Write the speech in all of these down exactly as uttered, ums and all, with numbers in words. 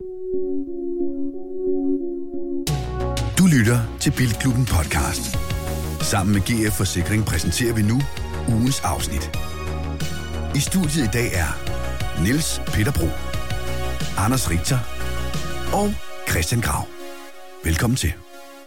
Du lytter til Bilklubben Podcast. Sammen med G F Forsikring præsenterer vi nu ugens afsnit. I studiet i dag er Niels Peter Bro, Anders Richter og Christian Grav. Velkommen til.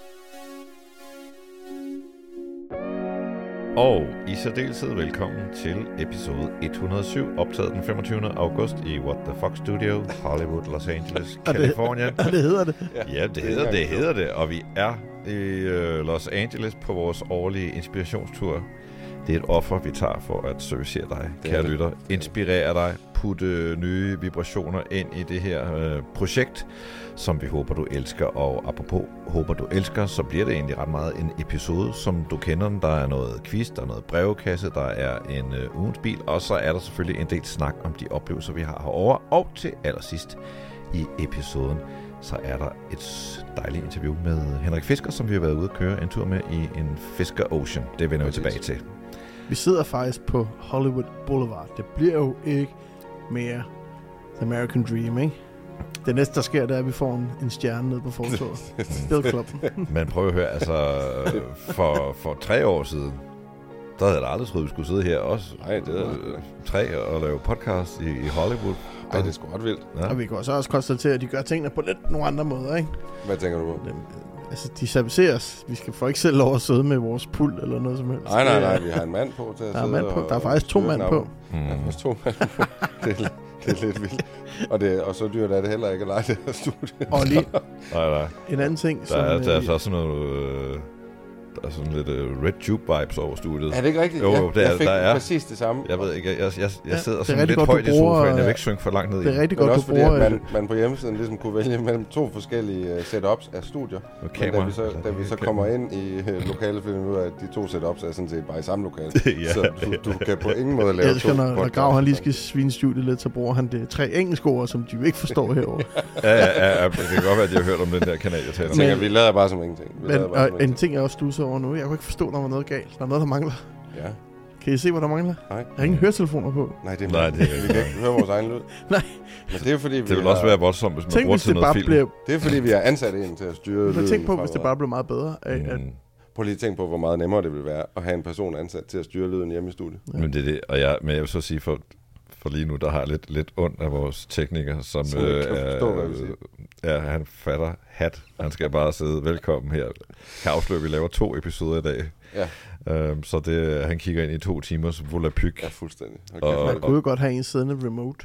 Og i særdeleshed velkommen til episode et hundrede og syv, optaget den femogtyvende august i What the Fuck Studio, Hollywood, Los Angeles, Californien. Og det hedder det. Ja, det hedder det, hedder det. Og vi er i uh, Los Angeles på vores årlige inspirationstur. Det er et offer, vi tager for at servicere dig, kære lytter. Inspirere dig, putte nye vibrationer ind i det her øh, projekt, som vi håber, du elsker. Og apropos håber, du elsker, så bliver det egentlig ret meget en episode, som du kender den. Der er noget quiz, der er noget brevkasse, der er en øh, ugens bil, og så er der selvfølgelig en del snak om de oplevelser, vi har herovre. Og til allersidst i episoden, så er der et dejligt interview med Henrik Fisker, som vi har været ude at køre en tur med i en Fisker Ocean. Det vender vi tilbage til. Vi sidder faktisk på Hollywood Boulevard. Det bliver jo ikke mere The American Dream, ikke? Det næste, der sker, det er, at vi får en, en stjerne nede på fortovet. Bilklubben. Men prøv at høre, altså for, for tre år siden, der havde jeg da aldrig troet, vi skulle sidde her også. Nej, det er øh, tre og lave podcast i, i Hollywood. Nej, det er sgu ret vildt. Ja. Og vi kan også, også konstatere, at de gør tingene på lidt nogle andre måder, ikke? Hvad tænker du på? Dem, altså, de servicerer os. Vi skal få ikke selv lov at sidde med vores pult eller noget som helst. Nej, nej, nej. Vi har en mand på til at der sidde er mand på. og, Der er faktisk to mand på. Mm. Der er faktisk to mand på. Det er, det er lidt vildt. Og, det, og så dyrt er det heller ikke at lege det her studie. Og lige nej, nej. en anden ting, der som... Er, der er så sådan noget... Øh, der er sådan lidt uh, Red Tube vibes over studiet. Er det ikke rigtigt? Jo, ja, det er, jeg fik der er præcis det samme. Jeg ved ikke, jeg, jeg, jeg, jeg sidder ja, sådan lidt godt, højt bruger, i sofaen. Jeg vil ikke synge for langt ned i. Det er rigtig Men godt, også du fordi, bruger... at man, man på hjemmesiden ligesom kunne vælge mellem to forskellige uh, setups af studier. Men da vi så, da vi så kommer ind i uh, lokalet, finder vi ud af, at de to setups er sådan set bare i samme lokale. ja. Så du, du kan på ingen måde lave jeg elsker, to når, når Grav han lige skal svine studiet lidt, så bruger han det tre engelske ord, som de jo ikke forstår herovre. ja, ja, ja, det kan godt være, at de har hørt om den der kanal, jeg taler om. Men, vi lader bare som ingenting. Vi men, bare og en ting, jeg også stusser over nu, jeg kunne ikke forstå, når der var noget galt. Der er noget, der mangler. Ja. Kan I se, hvad der mangler? Nej. Jeg har ingen høretelefoner på. Nej, det er Nej, det er vi kan ikke høre vores egen lyd. Nej. Men det er fordi, vi det vil har... også være voldsomt, hvis man tænk, bruger hvis til det noget bare film. blev... Det er fordi, vi har ansat en til at styre lyden. Tænk på, hvis det bare blev meget bedre. Af, mm. at... Prøv lige at tænke på, hvor meget nemmere det ville være at have en person ansat til at styre lyden hjemme i studiet. Ja. Men det er det, og jeg, men jeg vil så sige, for, for lige nu, der har jeg lidt, lidt ondt af vores tekniker, som Så øh, kan forstå, hvad øh, vi siger. Ja, han fatter hat. Han skal bare sidde velkommen her. Kan afsløre, vi laver to episoder i dag. Ja. Øhm, så det, han kigger ind i to timer, så fuld af pyg. Ja, fuldstændig. Og, Man og, kunne jo godt have en siddende remote.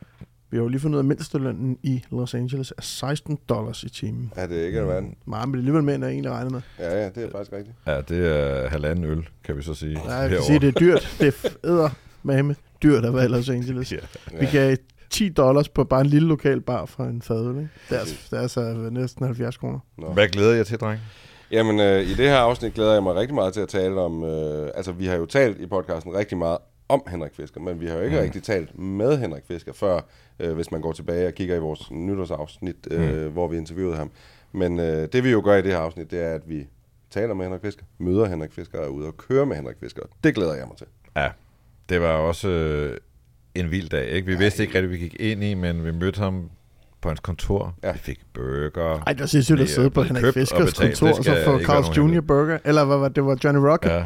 Vi har jo lige fundet ud af, at mindstelønnen i Los Angeles er seksten dollars i timen. Er det ikke en vand? Meget, men det er alligevel mere, end jeg egentlig regner med. Ja, ja, det er faktisk rigtigt. ja, det er halvanden øl, kan vi så sige. Ja, jeg kan sige, det er dyrt. Det er æder med dyrt at være i Los Angeles. Ja. Vi gav ti dollars på bare en lille lokal bar for en fadøl, ikke? Det er, det er altså næsten halvfjerds kroner. Nå. Hvad glæder jeg til, dreng? Jamen, øh, i det her afsnit glæder jeg mig rigtig meget til at tale om... Øh, altså, vi har jo talt i podcasten rigtig meget om Henrik Fisker, men vi har jo ikke mm. rigtig talt med Henrik Fisker før, øh, hvis man går tilbage og kigger i vores nytårsafsnit, øh, mm. hvor vi interviewede ham. Men øh, det vi jo gør i det her afsnit, det er, at vi taler med Henrik Fisker, møder Henrik Fisker og er ude og kører med Henrik Fisker. Det glæder jeg mig til. Ja, det var også øh, en vild dag, ikke? Vi ja, vidste ikke rigtig, vi gik ind i, men vi mødte ham på hans kontor. Ja. Vi fik burger. Ej, der synes jeg, der sidder på Henrik Fiskers kontor, og så få Carl's junior burger. Eller hvad var det? var Johnny Rocket? Ja.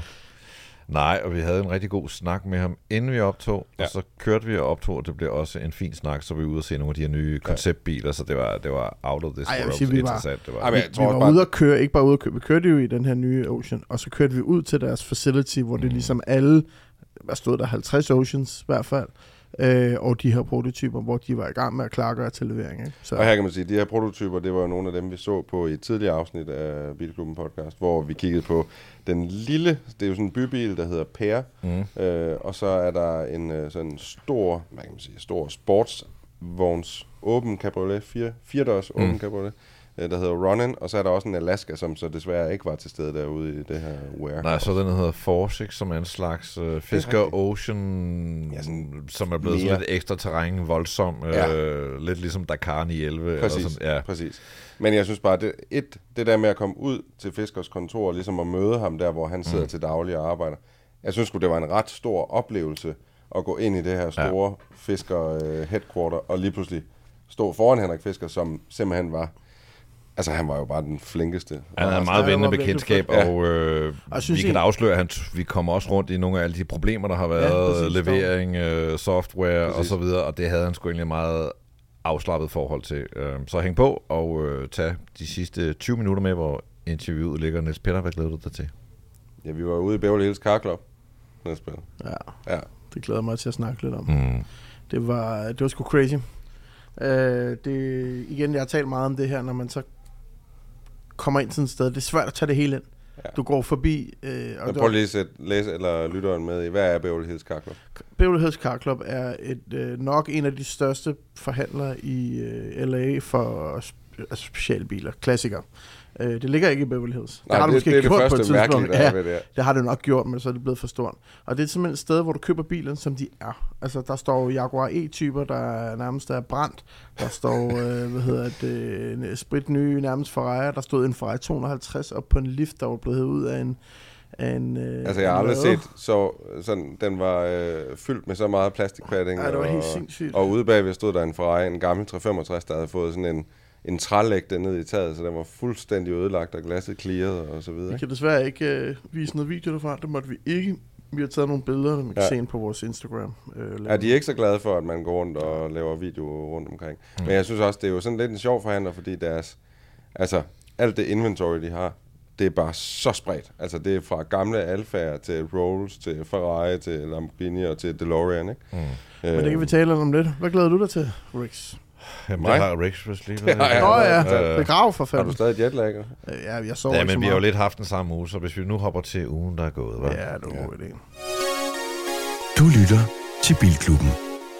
Nej, og vi havde en rigtig god snak med ham, inden vi optog, ja. Og så kørte vi og optog, og det blev også en fin snak, så vi var ude og se nogle af de her nye konceptbiler, så det var, det var out of this Ej, world sige, vi interessant. Var, det var, Ej, vi, vi var bare... ude at køre, ikke bare ude at køre, vi kørte jo i den her nye Ocean, og så kørte vi ud til deres facility, hvor mm. det ligesom alle, hvad stod der, halvtreds Oceans i hvert fald, øh, og de her prototyper, hvor de var i gang med at klargøre til levering. Ikke? Så. Og her kan man sige, at de her prototyper, det var jo nogle af dem, vi så på i et tidligere afsnit af Bilklubben podcast, hvor vi kiggede på den lille, det er jo sådan en bybil, der hedder Per, mm. øh, og så er der en øh, sådan stor, hvad kan man sige, stor sportsvogns åben cabriolet, fire, fire dørs åben mm. cabriolet, øh, der hedder Ronin, og så er der også en Alaska, som så desværre ikke var til stede derude i det her warehouse. Nej, så den hedder Force, som er en slags øh, Fisker Ocean, ja, som er blevet mere sådan lidt ekstra terræn, voldsom, ja. øh, lidt ligesom Dakar ni elleve. Præcis, eller sådan, ja. præcis. Men jeg synes bare, det, et, det der med at komme ud til Fiskers kontor, ligesom at møde ham der, hvor han sidder mm. til daglig og arbejder, jeg synes sgu, det var en ret stor oplevelse at gå ind i det her store ja. Fisker uh, headquarter, og lige pludselig stå foran Henrik Fisker, som simpelthen var... Altså, han var jo bare den flinkeste. Han er en meget vindende bekendtskab, ja. og øh, vi kan da afsløre, at han, vi kommer også rundt i nogle af alle de problemer, der har været, ja, levering, øh, software og så videre, og det havde han sgu egentlig meget afslappet forhold til. Øh, så hæng på og øh, tag de sidste tyve minutter med, hvor interviewet ligger. Niels Peter, hvad glæder du dig til? Ja, vi var ude i Beverly Hills Car Club. Niels Peter. Ja, ja, det glæder mig til at snakke lidt om. Mm. Det var, det var sgu crazy. Uh, det, igen, jeg har talt meget om det her, når man så kommer ind til et sted. Det er svært at tage det hele ind. Ja. Du går forbi... Øh, og prøv lige at læse eller lytteren med i, hvad er Beverly Hills Car Club? Beverly Hills Car Club er et, øh, nok en af de største forhandlere i øh, L A for altså specialbiler, klassikere. Øh, det ligger ikke i Beverly Hills. Nej, det har det, du måske det er det gjort første på et tidspunkt. mærkelige, der ja, er ved det. Det har det nok gjort, men så er det blevet for stort. Og det er simpelthen et sted, hvor du køber bilen, som de er. Altså, der står Jaguar E-typer, der nærmest er brændt. Der står, øh, hvad hedder det, en sprit nye, nærmest Ferrari. Der stod en Ferrari to hundrede og halvtreds op på en lift, der var blevet hævet ud af en... En, øh, altså jeg har aldrig set så sådan, den var øh, fyldt med så meget plastikpadding. Ja, det var og, helt sindssygt. Og ude bagved stod der en Ferrari, en gammel tre femogtres, der havde fået sådan en en trælægte ned i taget, så den var fuldstændig ødelagt, og glasset clearet og så videre. Vi kan desværre ikke øh, vise noget video derfra, det måtte vi ikke. Vi har taget nogle billeder, der man kan ja. se på vores Instagram. Øh, ja, de er ikke så glade for, at man går rundt og laver video rundt omkring. Mm. Men jeg synes også, det er jo sådan lidt en sjov forhandler, fordi deres, altså alt det inventory, de har, det er bare så spredt. Altså det er fra gamle Alfaer til Rolls, til Ferrari, til Lamborghini og til DeLorean, ikke? Mm. Øh, Men det kan vi tale om lidt. Hvad glæder du dig til, Rix? Jamen, det har Rix vist lige været. Nå ja, ja. Øh, begrav for fanden. Har du stadig jetlag? Ja, jeg sover ja, ikke så men meget. vi har jo lidt haft den samme uge, så hvis vi nu hopper til ugen, der er gået, hva'? Ja, det er en god idé. Du lytter til Bilklubben.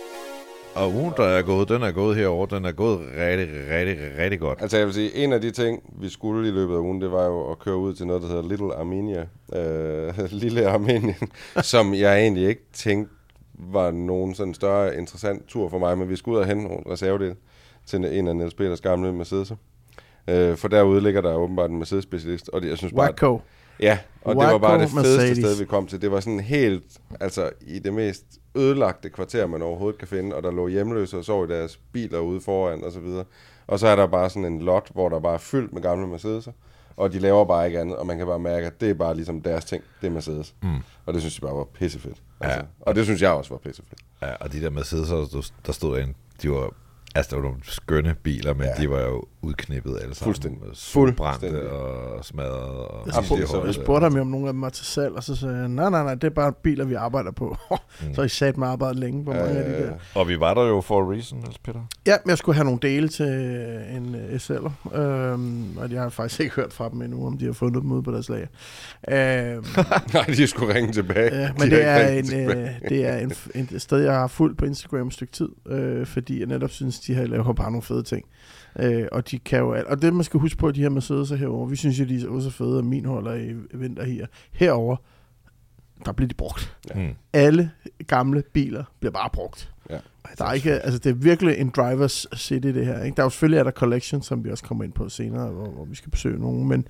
Og ugen, der er gået, den er gået herovre, den er gået rigtig, rigtig, rigtig godt. Altså jeg vil sige, en af de ting, vi skulle i løbet af ugen, det var jo at køre ud til noget, der hedder Little Armenia. Øh, Lille Armenien, som jeg egentlig ikke tænkte var nogen sådan større interessant tur for mig, men vi skulle ud og hente nogle reservedele til en af Niels Peters gamle Mercedes. Øh, for derude ligger der åbenbart en Mercedes-specialist, og det, jeg synes bare... Wacko. Ja, og Wacko det var bare det fedeste Mercedes. sted, vi kom til. Det var sådan helt, altså i det mest ødelagte kvarter, man overhovedet kan finde, og der lå hjemløse og sov i deres biler ude foran og så videre. Og så er der bare sådan en lot, hvor der bare er fyldt med gamle Mercedes'er, og de laver bare ikke andet, og man kan bare mærke, at det er bare ligesom deres ting, det er Mercedes. Mm. Og det synes jeg bare var pissefedt. Altså. Ja. Og det synes jeg også var pissefedt. Ja, og de der Mercedes'er, der stod en, de var... Altså, der var nogle skønne biler, men ja. de var jo udknippet alle sammen. Fuldstændig. Fuldbrændte og smadret. Og jeg spurgte, jeg spurgte ham om nogle af dem var til salg, og så sagde jeg, nej, nej, nej, det er bare biler, vi arbejder på. mm. Så har I sat mig arbejdet længe på mange ja, af de der. Og vi var der jo for a reason, Peter. Ja, men jeg skulle have nogle dele til en S L'er, øhm, og jeg har faktisk ikke hørt fra dem endnu, om de har fundet dem ude på deres lager. Øhm, nej, de skulle ringe tilbage. Øh, men de det er, en, øh, det er en, en sted, jeg har fulgt på Instagram et stykke tid, øh, fordi jeg netop synes, de har lavet bare nogle fede ting. Øh, og de kan jo alt. Og det man skal huske på, at de her Mercedes herovre, vi synes jo, de er også fede, og min holder i vinter her. Herovre, der bliver de brugt. Ja. Mm. Alle gamle biler bliver bare brugt. Ja. Der er ikke, altså det er virkelig en drivers city det her. Ikke? Der er jo selvfølgelig er der collection, som vi også kommer ind på senere, hvor, hvor vi skal besøge nogen, men,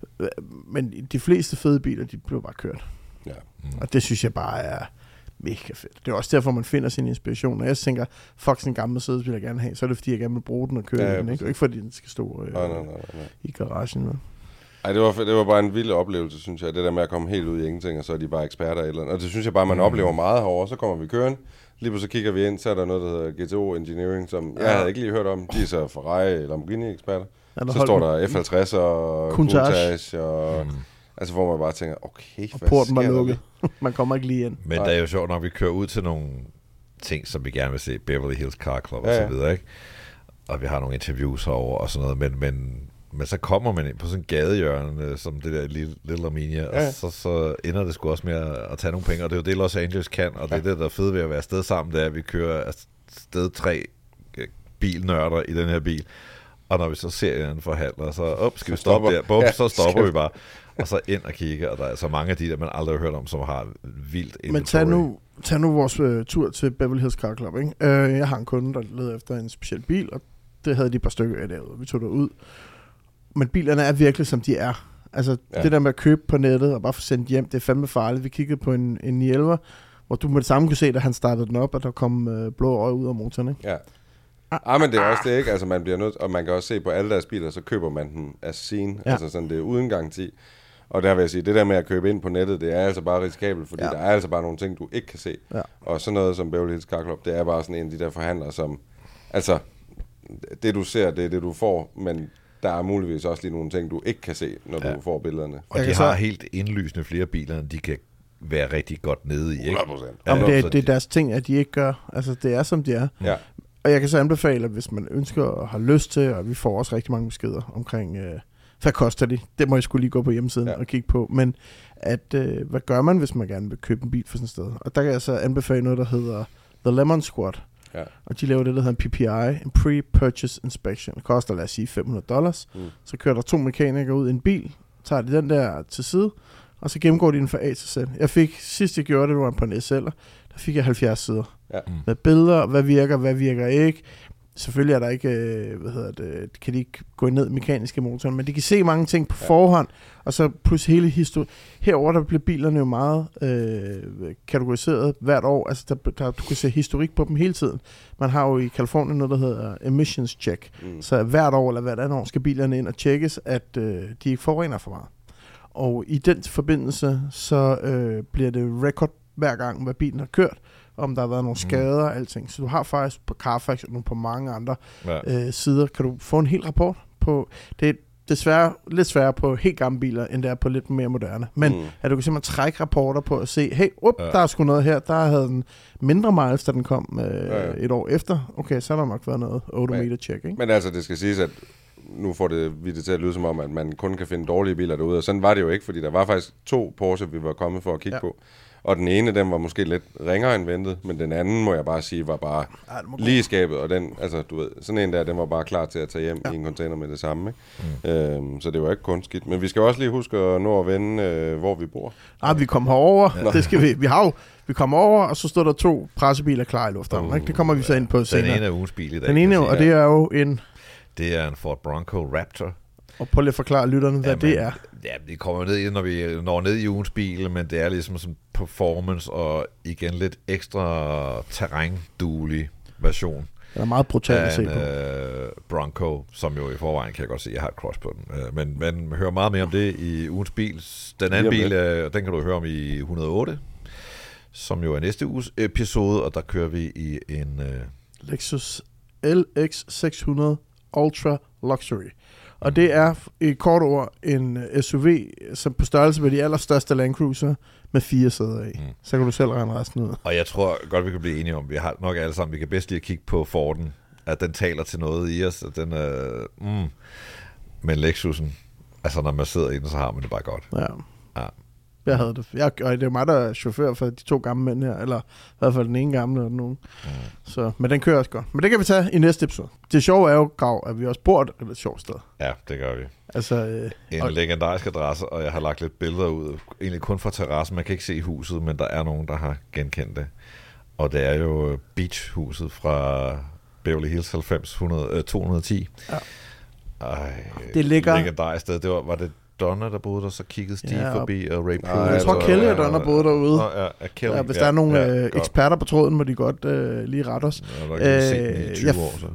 men de fleste fede biler, de bliver bare kørt. Ja. Mm. Og det synes jeg bare er mega fedt. Det er også derfor, man finder sin inspiration. Når jeg tænker, fuck, sådan en gammel Mercedes vil jeg gerne have, så er det fordi, jeg gerne vil bruge den og køre ja, den. Ikke? Og ikke fordi, den skal stå øh, nej, nej, nej, nej. i garagen. Med. Ej, det var, det var bare en vild oplevelse, synes jeg. Det der med at komme helt ud i ingenting, og så er de bare eksperter i et eller andet. Og det synes jeg bare, man mm. oplever meget herovre. Så kommer vi kørende. Lige pludselig kigger vi ind, så er der noget, der hedder G T O Engineering, som ja. jeg havde ikke lige hørt om. De er så Ferrari Lamborghini-eksperter. Ja, så står der F halvtreds og Countach og... Mm. Altså hvor man bare tænker, okay, og hvad porten var lukket. Man kommer ikke lige ind. Men det er jo sjovt, når vi kører ud til nogle ting, som vi gerne vil se, Beverly Hills Car Club ja, ja. og så videre, ikke? Og vi har nogle interviews herovre og sådan noget, men, men, men så kommer man ind på sådan en gadehjørne, som det der Little, Little Armenia, ja, ja. og så, så ender det sgu også med at, at tage nogle penge, og det er jo det, Los Angeles kan, og det er ja. det, der er fedt ved at være afsted sammen, det er, at vi kører afsted tre bilnørder i den her bil, og når vi så ser en forhandler, så op, skal så vi stoppe der, Bum, ja, så stopper vi bare. Og så ind og kigge, og der er så mange af de der, man aldrig har hørt om, som har vildt inventory. Men tag nu, tag nu vores uh, tur til Beverly Hills Car Club, ikke? Uh, jeg har en kunde, der leder efter en speciel bil, og det havde de et par stykker af derude. Vi tog derud. Men bilerne er virkelig, som de er. Altså, ja. det der med at købe på nettet og bare få sendt hjem, det er fandme farligt. Vi kiggede på en, en ni elleve, hvor du med det samme kunne se, da han startede den op, at der kom uh, blå øje ud af motoren, ikke? Ja. Ah, men det er også det, ikke? Altså, man bliver nødt, og man kan også se på alle deres biler, så køber man dem af scene. Ja. Altså sådan, det er uden garanti. Og der vil jeg sige, det der med at købe ind på nettet, det er altså bare risikabelt, fordi ja. der er altså bare nogle ting, du ikke kan se. Ja. Og sådan noget som Beverly Hills Car Club, det er bare sådan en af de der forhandlere, som... Altså, det du ser, det er det, du får, men der er muligvis også lige nogle ting, du ikke kan se, når ja. du får billederne. Og de har helt indlysende flere biler, end de kan være rigtig godt nede i, ikke? hundrede procent. Ja, det, det er deres ting, at de ikke gør. Altså, det er, som de er. Ja. Og jeg kan så anbefale, at hvis man ønsker og har lyst til, og vi får også rigtig mange beskeder omkring, øh, hvad koster de? Det må jeg skulle lige gå på hjemmesiden ja. og kigge på. Men at, øh, hvad gør man, hvis man gerne vil købe en bil for sådan et sted? Og der kan jeg så anbefale noget, der hedder The Lemon Squad. Ja. Og de laver det, der hedder en P P I, en Pre-Purchase Inspection. Det koster, lad os sige, fem hundrede dollars. Mm. Så kører der to mekanikere ud i en bil, tager de den der til side, og så gennemgår de den fra A til Z. Jeg fik, sidst jeg gjorde det, det var på en S L'er, der fik jeg halvfjerds sider. Ja. Mm. Med billeder, hvad virker, hvad virker ikke. Selvfølgelig er der ikke, øh, hvad hedder det, kan de ikke gå ned i mekaniske motoren, men de kan se mange ting på ja. forhånd, og så plus hele historien. Herover der bliver bilerne jo meget øh, kategoriseret hvert år, altså der, der, du kan se historik på dem hele tiden. Man har jo i Kalifornien noget, der hedder emissions check, mm. så hvert år eller hvert andet år skal bilerne ind og tjekkes, at øh, de ikke forurener for meget. Og i den forbindelse, så øh, bliver det record hver gang, hvad bilen har kørt, om der har været nogle skader og alting. Så du har faktisk på Carfax og på mange andre ja. øh, sider, kan du få en hel rapport på. Det er desværre lidt sværere på helt gamle biler, end det er på lidt mere moderne. Men mm. at du kan simpelthen trække rapporter på og se, hey, up, ja. der er sgu noget her, der havde den mindre miles, da den kom øh, ja, ja. et år efter. Okay, så har der nok været noget odometer check, ikke? Men altså, det skal siges, at nu får det vi det til at lyde som om, at man kun kan finde dårlige biler derude, og sådan var det jo ikke, fordi der var faktisk to Porsche, vi var kommet for at kigge ja. på. Og den ene, den var måske lidt ringere end ventet, men den anden, må jeg bare sige, var bare ja, lige i skabet, og den, altså du ved, sådan en der, den var bare klar til at tage hjem ja. i en container med det samme, ikke? Mm. Øhm, så det var ikke kun skidt. Men vi skal også lige huske at nå at vende, øh, hvor vi bor. Nej, vi kommer herover. Ja. Det skal vi. Vi har jo, vi kommer over, og så står der to pressebiler klar i lufthavnen, uh, ikke? Det kommer vi så ind på senere. Den ene er ugens bil i dag. Den ene, og det er jo en... Det er en Ford Bronco Raptor. Og prøv lige at forklare lytterne, hvad Jamen, det er. Ja, det kommer ned i, når vi når ned i ugens bil, men det er ligesom sådan performance og igen lidt ekstra terrænduelig version. Det er meget brutalt at se på. Øh, Bronco, som jo i forvejen kan jeg godt se, jeg har et cross på den. Øh, men man hører meget mere om det i ugens bil. Den anden bil, øh, den kan du høre om i et hundrede og otte, som jo er næste uges episode, og der kører vi i en... Øh... Lexus L X seks hundrede Ultra Luxury. Og det er i kort ord en S U V, som på størrelse med de allerstørste Land Cruiser, med fire sæder i. Mm. Så kan du selv regne resten ud. Og jeg tror godt, vi kan blive enige om, vi har nok alle sammen, vi kan bedst lige at kigge på Forden, at den taler til noget i os, at den er... Mm. Men Lexusen, altså når man sidder i den, så har man det bare godt. Ja. Ja. Jeg havde det. Jeg, og det er mig, der er chauffør for de to gamle mænd her, eller i hvert fald den ene gamle og den unge. Mm. Så, men den kører også godt. Men det kan vi tage i næste episode. Det sjove er jo, Grav, at vi også bor et lidt sjovt sted. Ja, det gør vi. Altså, øh, en og... legendarisk adresse, og jeg har lagt lidt billeder ud. Egentlig kun fra terrassen. Man kan ikke se huset, men der er nogen, der har genkendt det. Og det er jo Beach-huset fra Beverly Hills halvfems to hundrede og ti. Ja. Ej, det ligger... legendarisk sted. Det var, var det Donna, der boede der, så kiggede Steve ja, forbi, og Ray Pruitt. Jeg tror, Kelly og Donna boede derude. Ja, ja, Kelly, ja, hvis ja, der er nogle ja, øh, eksperter på tråden, må de godt øh, lige rette os. Ja, der kan øh, se i tyve ja, år, så.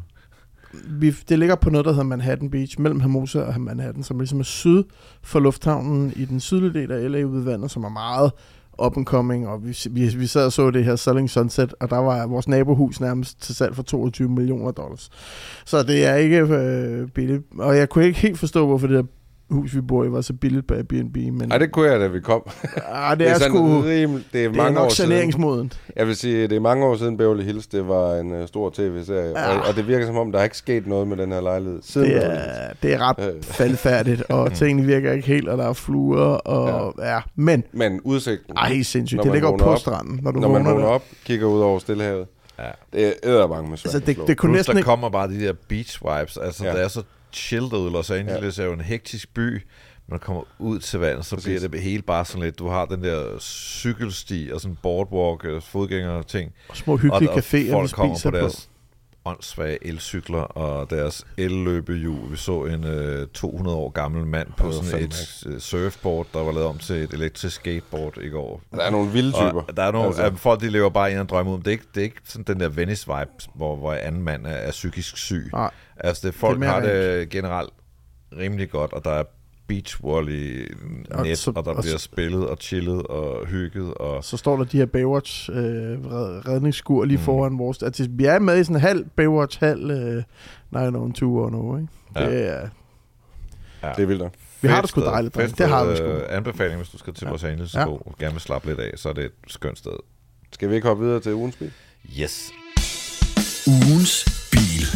Vi, det ligger på noget, der hedder Manhattan Beach, mellem Hermosa og Manhattan, som ligesom er syd for lufthavnen i den sydlige del af L A ude ved vandet, som er meget up and coming, og vi, vi, vi sad og så det her Selling Sunset, og der var vores nabohus nærmest til salg for toogtyve millioner dollars. Så det er ikke øh, billigt, og jeg kunne ikke helt forstå, hvorfor det her hus, vi bor i, var så billigt på Airbnb. Men... Ej, det kunne jeg, da vi kom. Ah, det, det er sgu... Rimel, det er, det mange er nok år saneringsmodent. Jeg vil sige, det er mange år siden Beverly Hills, det var en uh, stor tv-serie, ja. og, og det virker som om, der er ikke sket noget med den her lejlighed. Siden det, er, det er ret faldfærdigt, og tingene virker ikke helt, og der er fluer, og ja. ja. Men... Men udsigten... Ej, sindssygt. Det ligger på op, stranden, når du når vågner man vågner der. op, kigger ud over Stillehavet. Ja. Det er edderbange med svært. Altså, det, det kunne Plus, næsten der ikke... kommer bare de der beach vibes, altså ja. det er så chill derude. Los Angeles ja. er jo en hektisk by. Når du kommer ud til vandet, så Præcis. bliver det hele bare sådan lidt, du har den der cykelsti og sådan boardwalk, fodgænger ting. Og små hyggelige og, caféer, og vi spiser på. Deres, åndssvage elcykler og deres elløbehjul. Vi så en øh, to hundrede år gammel mand på sådan et øh, surfboard, der var lavet om til et elektrisk skateboard i går. Der er nogle vilde typer. Og der er nogle, altså. Folk, de lever bare en eller drømme ud. Det er ikke, det er ikke sådan den der Venice-vibe, hvor, hvor anden mand er, er psykisk syg. Nej. Altså, det, folk det har det generelt rimelig godt, og der er beachvolley net, og, så, og der og bliver så, spillet og chillet og hygget. Og så står der de her Baywatch øh, redningsskur lige mm. foran vores. Altså, vi er med i sådan en halv Baywatch, halv øh, ni nul to og nu, ikke? Ja. Det er... Ja. Det er vildt. Vi har det sgu dejligt. Fedt, det har vi sgu. Anbefaling, hvis du skal til ja. Los Angeles ja. og gerne vil slappe lidt af, så er det et skønt sted. Skal vi ikke hoppe videre til ugens bil? Yes. Ugens bil.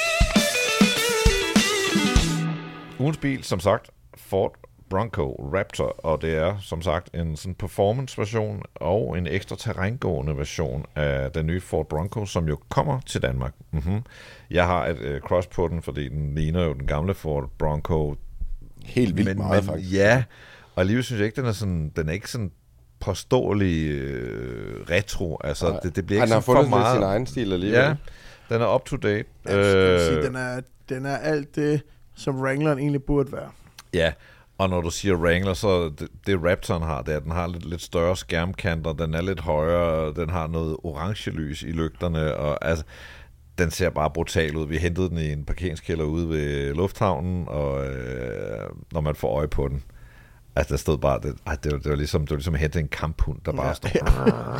Ugens bil, som sagt, Ford Bronco Raptor, og det er som sagt en sådan performance-version og en ekstra terrængående version af den nye Ford Bronco, som jo kommer til Danmark. Mm-hmm. Jeg har et øh, cross på den, fordi den ligner jo den gamle Ford Bronco. Helt vildt men, meget, men, faktisk. Ja, og alligevel synes jeg ikke, den er sådan, den er ikke sådan påståelig øh, retro. Altså, det, det bliver han ikke har fundet for meget sin egen stil alligevel. Ja, den er up to date. Ja, øh, sige, den, er, den er alt det, som Wrangleren egentlig burde være. Ja, og når du siger Wrangler, så det, det Raptoren har, det er, at den har lidt, lidt større skærmkanter, den er lidt højere, den har noget orange lys i lygterne, og altså, den ser bare brutal ud. Vi hentede den i en parkeringskælder ude ved lufthavnen, og øh, når man får øje på den, altså der stod bare, det, ej, det, var, det, var ligesom, det var ligesom at hente en kamphund, der bare står. Det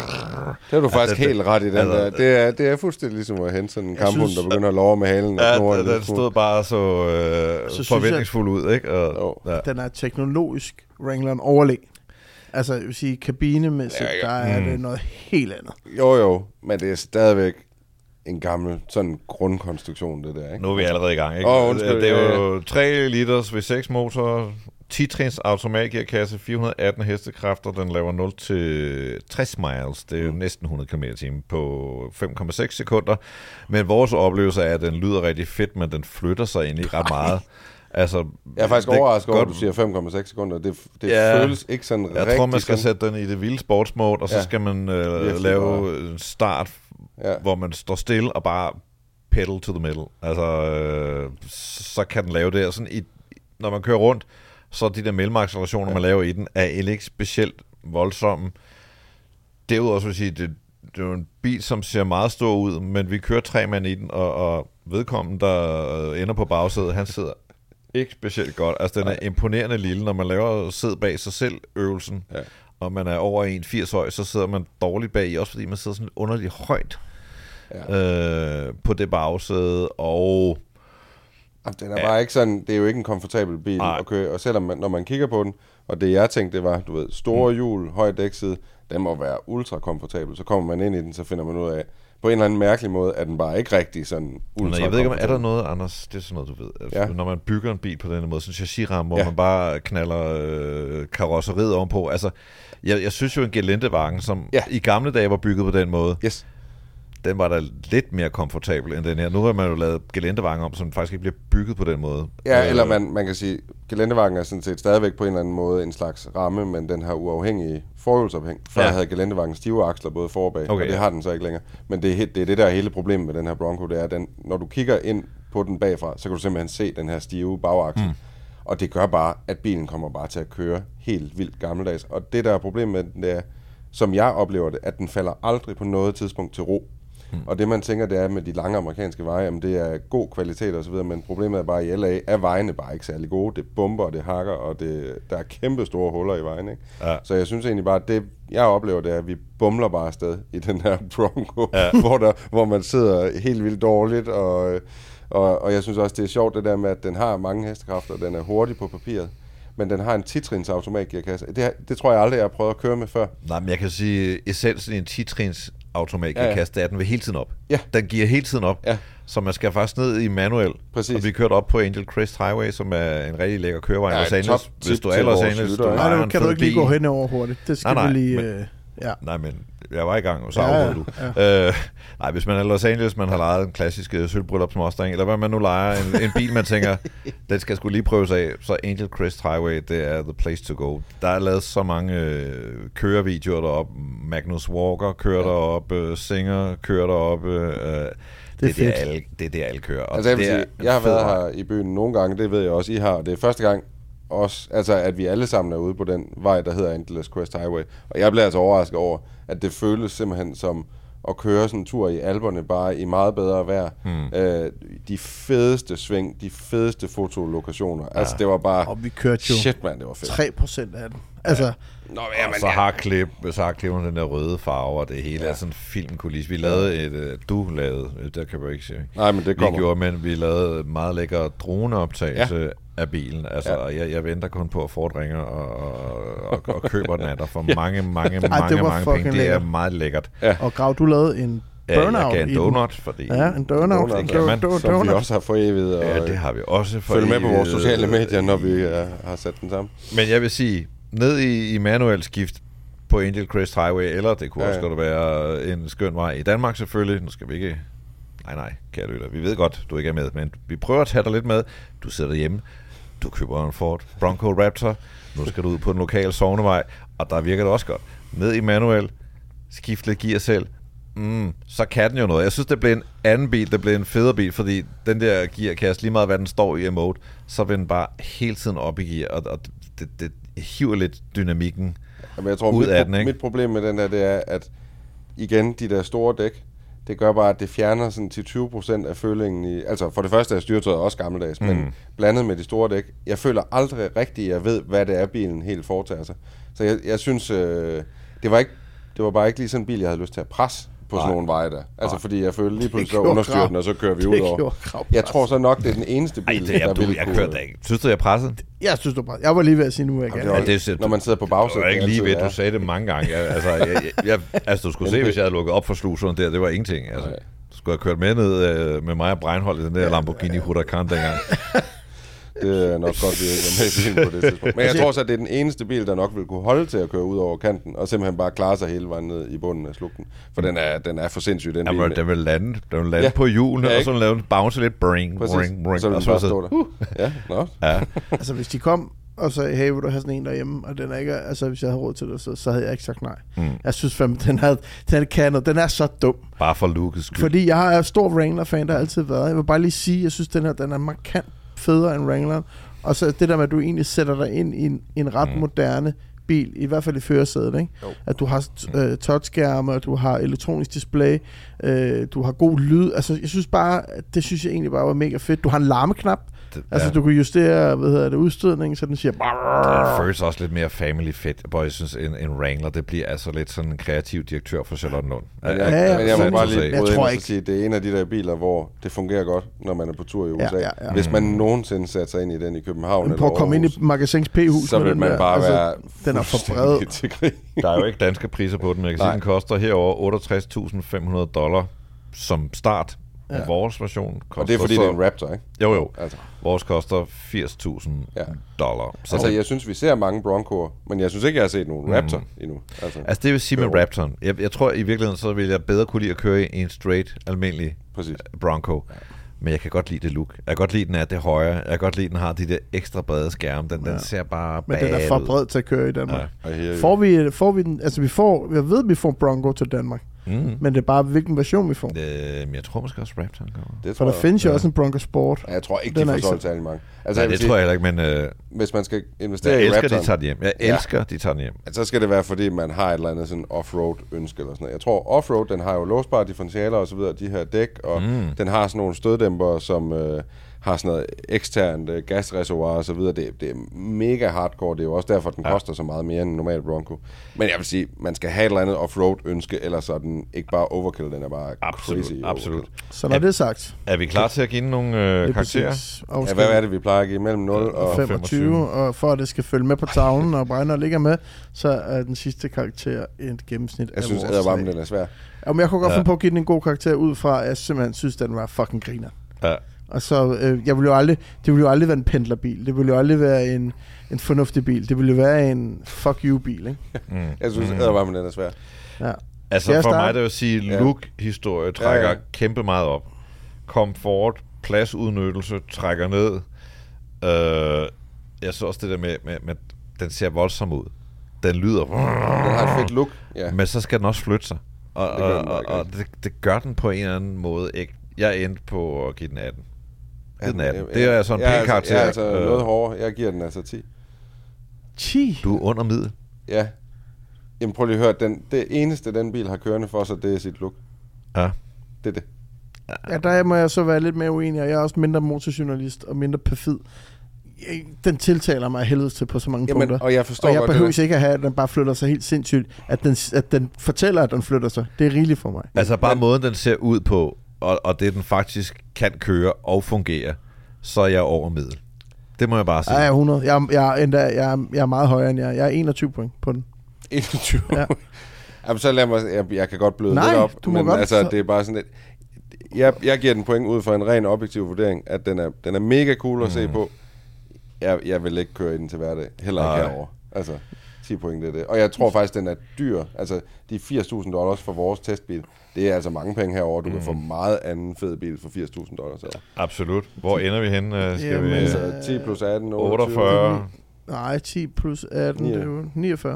er du faktisk altså, helt ret i den altså, der. Det er, det er fuldstændig ligesom at hente sådan en kamphund, synes, der begynder at love med halen. Ja, den, den stod bare så, øh, så forventningsfuld ud, ikke? Og, ja. Den er teknologisk Wrangleren overlegen. Altså, jeg vil sige, kabinemæssigt, ja, ja. der er mm. det noget helt andet. Jo, jo, men det er stadigvæk en gammel sådan grundkonstruktion, det der, ikke? Nu er vi allerede i gang, ikke? Oh, undskyld, det er jo tre liters V seks motor, ti-trins automatgearkasse, fire hundrede og atten hestekræfter, den laver nul til tres miles, det er jo næsten hundrede kilometer i timen på fem komma seks sekunder, men vores oplevelse er, at den lyder rigtig fedt, men den flytter sig egentlig ret meget. Altså, jeg er faktisk overrasket over, at du siger fem komma seks sekunder. Det, det ja, føles ikke sådan jeg rigtig. Jeg tror, man skal sådan... sætte den i det vilde sportsmode, og så ja, skal man øh, lave en start, ja, hvor man står stille og bare pedal to the middle. Altså, øh, så kan den lave det. Og sådan i, når man kører rundt, så de der mellemaccelerationer, ja, man laver i den, er ikke specielt voldsomme. Derudover så vil jeg sige, det, det er jo en bil, som ser meget stor ud, men vi kører tre mand i den, og, og vedkommende, der ender på bagsædet, han sidder ikke specielt godt. Altså, den er imponerende lille, når man laver sidde bag sig selv øvelsen, ja, og man er over en firs høj, så sidder man dårligt bag i, også fordi man sidder sådan lidt underligt højt, ja, øh, på det bagsæde, og jamen, den er ja, bare ikke sådan, det er jo ikke en komfortabel bil nej, at køre, og selvom man, når man kigger på den, og det jeg tænkte, det var, du ved, store hjul, mm, høj dækside, den må være ultra komfortabel, så kommer man ind i den, så finder man ud af, på en eller anden mærkelig måde, at den bare ikke rigtig sådan ultra. Jeg ved ikke, om er der noget, Anders, det er sådan noget, du ved. Altså, ja, når man bygger en bil på den måde, sådan en chassisramme, hvor ja, man bare knaller øh, karosseriet ovenpå. Altså, jeg, jeg synes jo, en Geländewagen, som ja, i gamle dage var bygget på den måde, yes, den var da lidt mere komfortabel end den her. Nu har man jo lavet Geländewagen om, som faktisk ikke bliver bygget på den måde. Ja, øh, eller man, man kan sige, Geländewagen er sådan set stadigvæk på en eller anden måde en slags ramme, men den har uafhængig forhjulsophæng. Før ja, havde Geländewagen stive aksler både for og bag, okay, og det har den så ikke længere. Men det er det, er det der hele problemet med den her Bronco, det er, at den, når du kigger ind på den bagfra, så kan du simpelthen se den her stive bagaksel. Mm. Og det gør bare, at bilen kommer bare til at køre helt vildt gammeldags. Og det der er problemet med den, det er, som jeg oplever det, at den falder aldrig på noget tidspunkt til ro. Hmm. Og det man tænker, det er med de lange amerikanske veje, jamen det er god kvalitet og så videre, men problemet er bare, at i L A er vejene bare ikke særlig gode. Det bomber, og det hakker, og det, der er kæmpe store huller i vejen, ikke? Ja. Så jeg synes egentlig bare, at det jeg oplever, det er, at vi bumler bare afsted i den her Bronco, ja, hvor, der, hvor man sidder helt vildt dårligt, og, og, og jeg synes også, det er sjovt det der med, at den har mange hestekræfter, den er hurtig på papiret, men den har en ti-trins automatgearkasse. Det, det tror jeg aldrig, jeg har prøvet at køre med før. Nej, men jeg kan sige, essensen i en ti-trins automatgearkasse, ja, ja, det er, den vil hele tiden op. Ja. Den giver hele tiden op, ja, så man skal faktisk ned i manuel. Præcis. Og vi kørte op på Angel Crest Highway, som er en rigtig lækker kørevej i ja, Los Angeles. Hvis du er i Los Angeles, du nej, nu kan du ikke lige gå hen over hurtigt. Det skal nej, nej, vi lige... Men, øh, ja. Nej, men jeg var i gang, og så ja, afbrød du. Ja. Øh, nej, hvis man er i Los Angeles, man har lejet en klassisk uh, sølvbryllup som Mustang, eller hvad man nu lejer, en, en bil, man tænker, den skal sgu lige prøves af, så Angel Crest Highway, det er the place to go. Der er lavet så mange øh, kørevideoer deroppe. Magnus Walker kører ja, deroppe, øh, Singer kører deroppe. Øh, det, er det, alle, det er det, alle kører. Altså, jeg, vil det sige, jeg har været her i byen nogle gange, det ved jeg også, I har. Det er første gang, også, altså, at vi alle sammen er ude på den vej, der hedder Endless Quest Highway. Og jeg blev altså overrasket over, at det føles simpelthen som at køre sådan en tur i Alperne, bare i meget bedre vejr. Hmm. Øh, de fedeste sving, de fedeste fotolokationer. Ja. Altså, det var bare... Og vi kørte jo shit, man, det var fedt. tre procent af den. Altså... Ja. Nå, ja, men så, ja. har klip, så har klipperne den der røde farve, og det hele ja. er sådan en filmkulisse. Vi lavede et... Du lavede... Der kan man ikke sige. Nej, men det kommer. Vi gjorde, men vi lavede meget lækker droneoptagelse ja. af bilen. Altså, ja. jeg, jeg venter kun på, at Ford ringer og, og, og, og køber den af dig for mange, mange, mange, mange, mange penge. Det er meget lækkert. Ja. Og Grav, du lavede en burnout. Ja, jeg gav en donut, fordi... Ja, en donut. donut en do, man, do, som donut. Vi også har forevet. Og ja, det har vi også forevet. Følg med på vores sociale medier, når vi uh, har sat den sammen. Men jeg vil sige, ned i, i manuel skift på Angel Crest Highway, eller det kunne ja, ja. også godt være en skøn vej i Danmark selvfølgelig. Nu skal vi ikke... Nej, nej, kære lytter. Vi ved godt, du ikke er med, men vi prøver at tage dig lidt med. Du sidder hjemme. Du køber en Ford Bronco Raptor. Nu skal du ud på den lokale sognevej, og der virker det også godt. Ned i manuel, skift lidt gear selv. Mm, så kan den jo noget. Jeg synes, det blev en anden bil, det blev en federe bil, fordi den der gearkasse, lige meget hvad den står i mode, så vil den bare hele tiden op i gear, og, og det, det hiver lidt dynamikken Jamen, jeg tror, ud mit, af den, ikke? Mit problem med den her, det er, at igen, de der store dæk, det gør bare, at det fjerner sådan til tyve procent af følingen i... Altså, for det første er styretøjet også gammeldags, mm. men blandet med de store dæk. Jeg føler aldrig rigtigt, at jeg ved, hvad det er, bilen helt foretager sig. Så jeg, jeg synes, øh, det var ikke... Det var bare ikke lige sådan en bil, jeg havde lyst til at presse på sådan nogle veje der. Altså, fordi jeg følte lige pludselig, så understyrer den, og så kører vi ud over. Jeg tror så nok, det er den eneste bil, Ej, det er, der du, ville jeg kunne... kørte ikke. Synes du, jeg pressede? Jeg synes, du pressede. Jeg var lige ved at sige nu, jeg gerne. Ja, det er, når man sidder på bagsædet. Det var ikke lige ved, du sagde det mange gange. Jeg, altså, jeg, jeg, altså, du skulle se, hvis jeg havde lukket op for sluseren der, det var ingenting. Altså, du skulle have kørt med ned øh, med mig og Breinholt i den der Lamborghini Huracan dengang. Det er nok godt, vi ikke var med i bilen på det tidspunkt. Men jeg tror så, at det er den eneste bil, der nok vil kunne holde til at køre ud over kanten, og simpelthen bare klare sig hele vejen ned i bunden af slugten. For den er, den er for sindssyg, den Jamen, bil. Den vil lande, den vil lande ja. på hjulene, ja, og så lave en bounce lidt, bring, Præcis. bring, bring. Så vil den bare stå der. Uh. Ja, nå. Ja. Altså, hvis de kom og sagde, hey, vil du have sådan en derhjemme, og den er ikke, altså, hvis jeg havde råd til det, så, så havde jeg ikke sagt nej. Mm. Jeg synes fandme, den havde, den havde kandet, den er så dum. Bare for Lucas skyld. Fordi jeg har stor Wrangler-fan, der har altid været. Jeg vil bare lige sige, jeg synes, den her, den er markant federe end Wrangleren. Og så det der med, at du egentlig sætter dig ind i en, en ret mm. moderne bil, i hvert fald i førersædet, ikke? At du har øh, touchskærme, og du har elektronisk display, øh, du har god lyd. Altså, jeg synes bare, det synes jeg egentlig bare var mega fedt. Du har en larmeknap. Det, altså, ja. Du kunne justere, hvad hedder det, udstødningen, så den siger... Det føles også lidt mere family fit, hvor jeg synes, en, en Wrangler, det bliver altså lidt sådan en kreativ direktør for Charlottenlund. Ja, ja, ja, men jeg må bare lige bryde ind og sige, det er en af de der biler, hvor det fungerer godt, når man er på tur i U S A. Ja, ja, ja. Hvis man nogensinde sætter sig ind i den i København eller Prøv at komme ind i Magasins P-hus. Så vil man der. bare altså, være den er for bred. Til krig. Der er jo ikke danske priser på den. Jeg kan sige, den koster herover otteogtres tusind fem hundrede dollar som start. Ja. Vores version koster... Og det er fordi, så... det er en Raptor, ikke? Jo, jo. Altså. Vores koster firs tusind ja. dollar. Så altså, jeg synes, vi ser mange Broncoer, men jeg synes ikke, jeg har set nogen Raptor mm. endnu. Altså, altså, det vil sige med Raptoren. Jeg, jeg tror i virkeligheden, så vil jeg bedre kunne lide at køre i en straight, almindelig Præcis. Bronco. Ja. Men jeg kan godt lide det look. Jeg kan godt lide, den er det højre. Jeg kan godt lide, den har de der ekstra brede skærme. Den, ja. den ser bare Men den er for bred til at køre i Danmark. Ja. Får vi, får vi den... Altså, vi får... Jeg ved, vi får Bronco til Danmark. Mm. Men det er bare, hvilken version vi får. Øh, jeg tror måske også Raptor kommer. Det For der jeg, findes jo ja. også en Bronco Sport. Ja, jeg tror ikke, de får solgt særlig mange. Altså, Nej, det sige, tror jeg heller ikke, men... Øh, hvis man skal investere i Raptor... Jeg elsker, de tager den hjem. Jeg elsker, ja. de tager den hjem. Altså, så skal det være, fordi man har et eller andet sådan off-road-ønske eller sådan noget. Jeg tror, off-road, den har jo låsbare differentialer og så videre, de her dæk, og mm. den har sådan nogle støddæmpere, som... Øh, har sådan noget eksternt uh, gasreservoir og så videre. Det, det er mega hardcore. Det er jo også derfor, den ja. koster så meget mere end en normal Bronco. Men jeg vil sige, man skal have et eller andet off-road-ønske, eller så den ikke bare overkill, den er bare absolut, crazy absolut. overkill. Så når er, det er sagt... Er vi klar til at give nogle øh, karakterer? Ja, hvad er det, vi plejer at give? Mellem nul og femogtyve, og for at det skal følge med på tavlen, og Bregner ligger med, så er den sidste karakter et gennemsnit jeg af synes, vores Jeg synes, den er svær. Ja, men jeg kunne godt ja. finde på at give den en god karakter ud fra, at jeg simpelthen synes, den var fucking griner. Ja. Og så, øh, jeg ville jo aldrig, det ville jo aldrig være en pendlerbil. Det ville jo aldrig være en, en fornuftig bil. Det ville jo være en fuck you-bil, ikke? Mm. Jeg synes, mm. at den er svær. Ja. Altså for mig, det vil sige, look-historie trækker ja, ja. kæmpe meget op. Komfort, pladsudnyttelse trækker ned. Uh, jeg synes også det der med, med, med, den ser voldsom ud. Den lyder... Den har et fedt look, ja. Men så skal den også flytte sig. Og, det, og, og, og det, det gør den på en eller anden måde ikke Jeg endte på at give den atten. atten, atten. Det er sådan en ja, pæn karakter. Jeg er altså øh. noget hårdere. Jeg giver den altså ti. ti? Du er under middel. Ja. Jamen prøv lige at høre, den, det eneste, den bil har kørende for sig, det er sit look. Ja. Det er det. Ja, der må jeg så være lidt mere uenig, og jeg er også mindre motorjournalist og mindre perfid. Den tiltaler mig helvedes til på så mange Jamen, punkter. Og jeg forstår og jeg godt, behøver ikke at have, at den bare flytter sig helt sindssygt. At den, at den fortæller, at den flytter sig. Det er rigeligt for mig. Altså bare måden, den ser ud på, og, og det, den faktisk kan køre og fungere, så er jeg over middel. Det må jeg bare sige. Ja, jeg er hundrede. Jeg, er- jeg, er endda, jeg, er- jeg er meget højere end jeg. Jeg er enogtyve point på den. enogtyve. Ja. Jamen, så lad mig, jeg, jeg kan godt bløde Nej, lidt op, du må men godt. altså, det er bare sådan lidt, jeg, jeg giver den point ud fra en ren objektiv vurdering, at den er, den er mega cool at mm. se på. Jeg, jeg vil ikke køre i den til hverdag, heller ikke Nej. herovre. Altså, ti point, det er det. Og jeg tror faktisk, den er dyr. Altså, de firs tusind dollars for vores testbil, det er altså mange penge herover. Du mm. kan få meget anden fed bil for firs tusind dollars. Herovre. Absolut. Hvor ender vi henne? Skal Jamen, vi... Altså, ti plus atten, otteogtyve. otteogfyrre. Nej, ti plus atten, Ja. det er jo niogfyrre.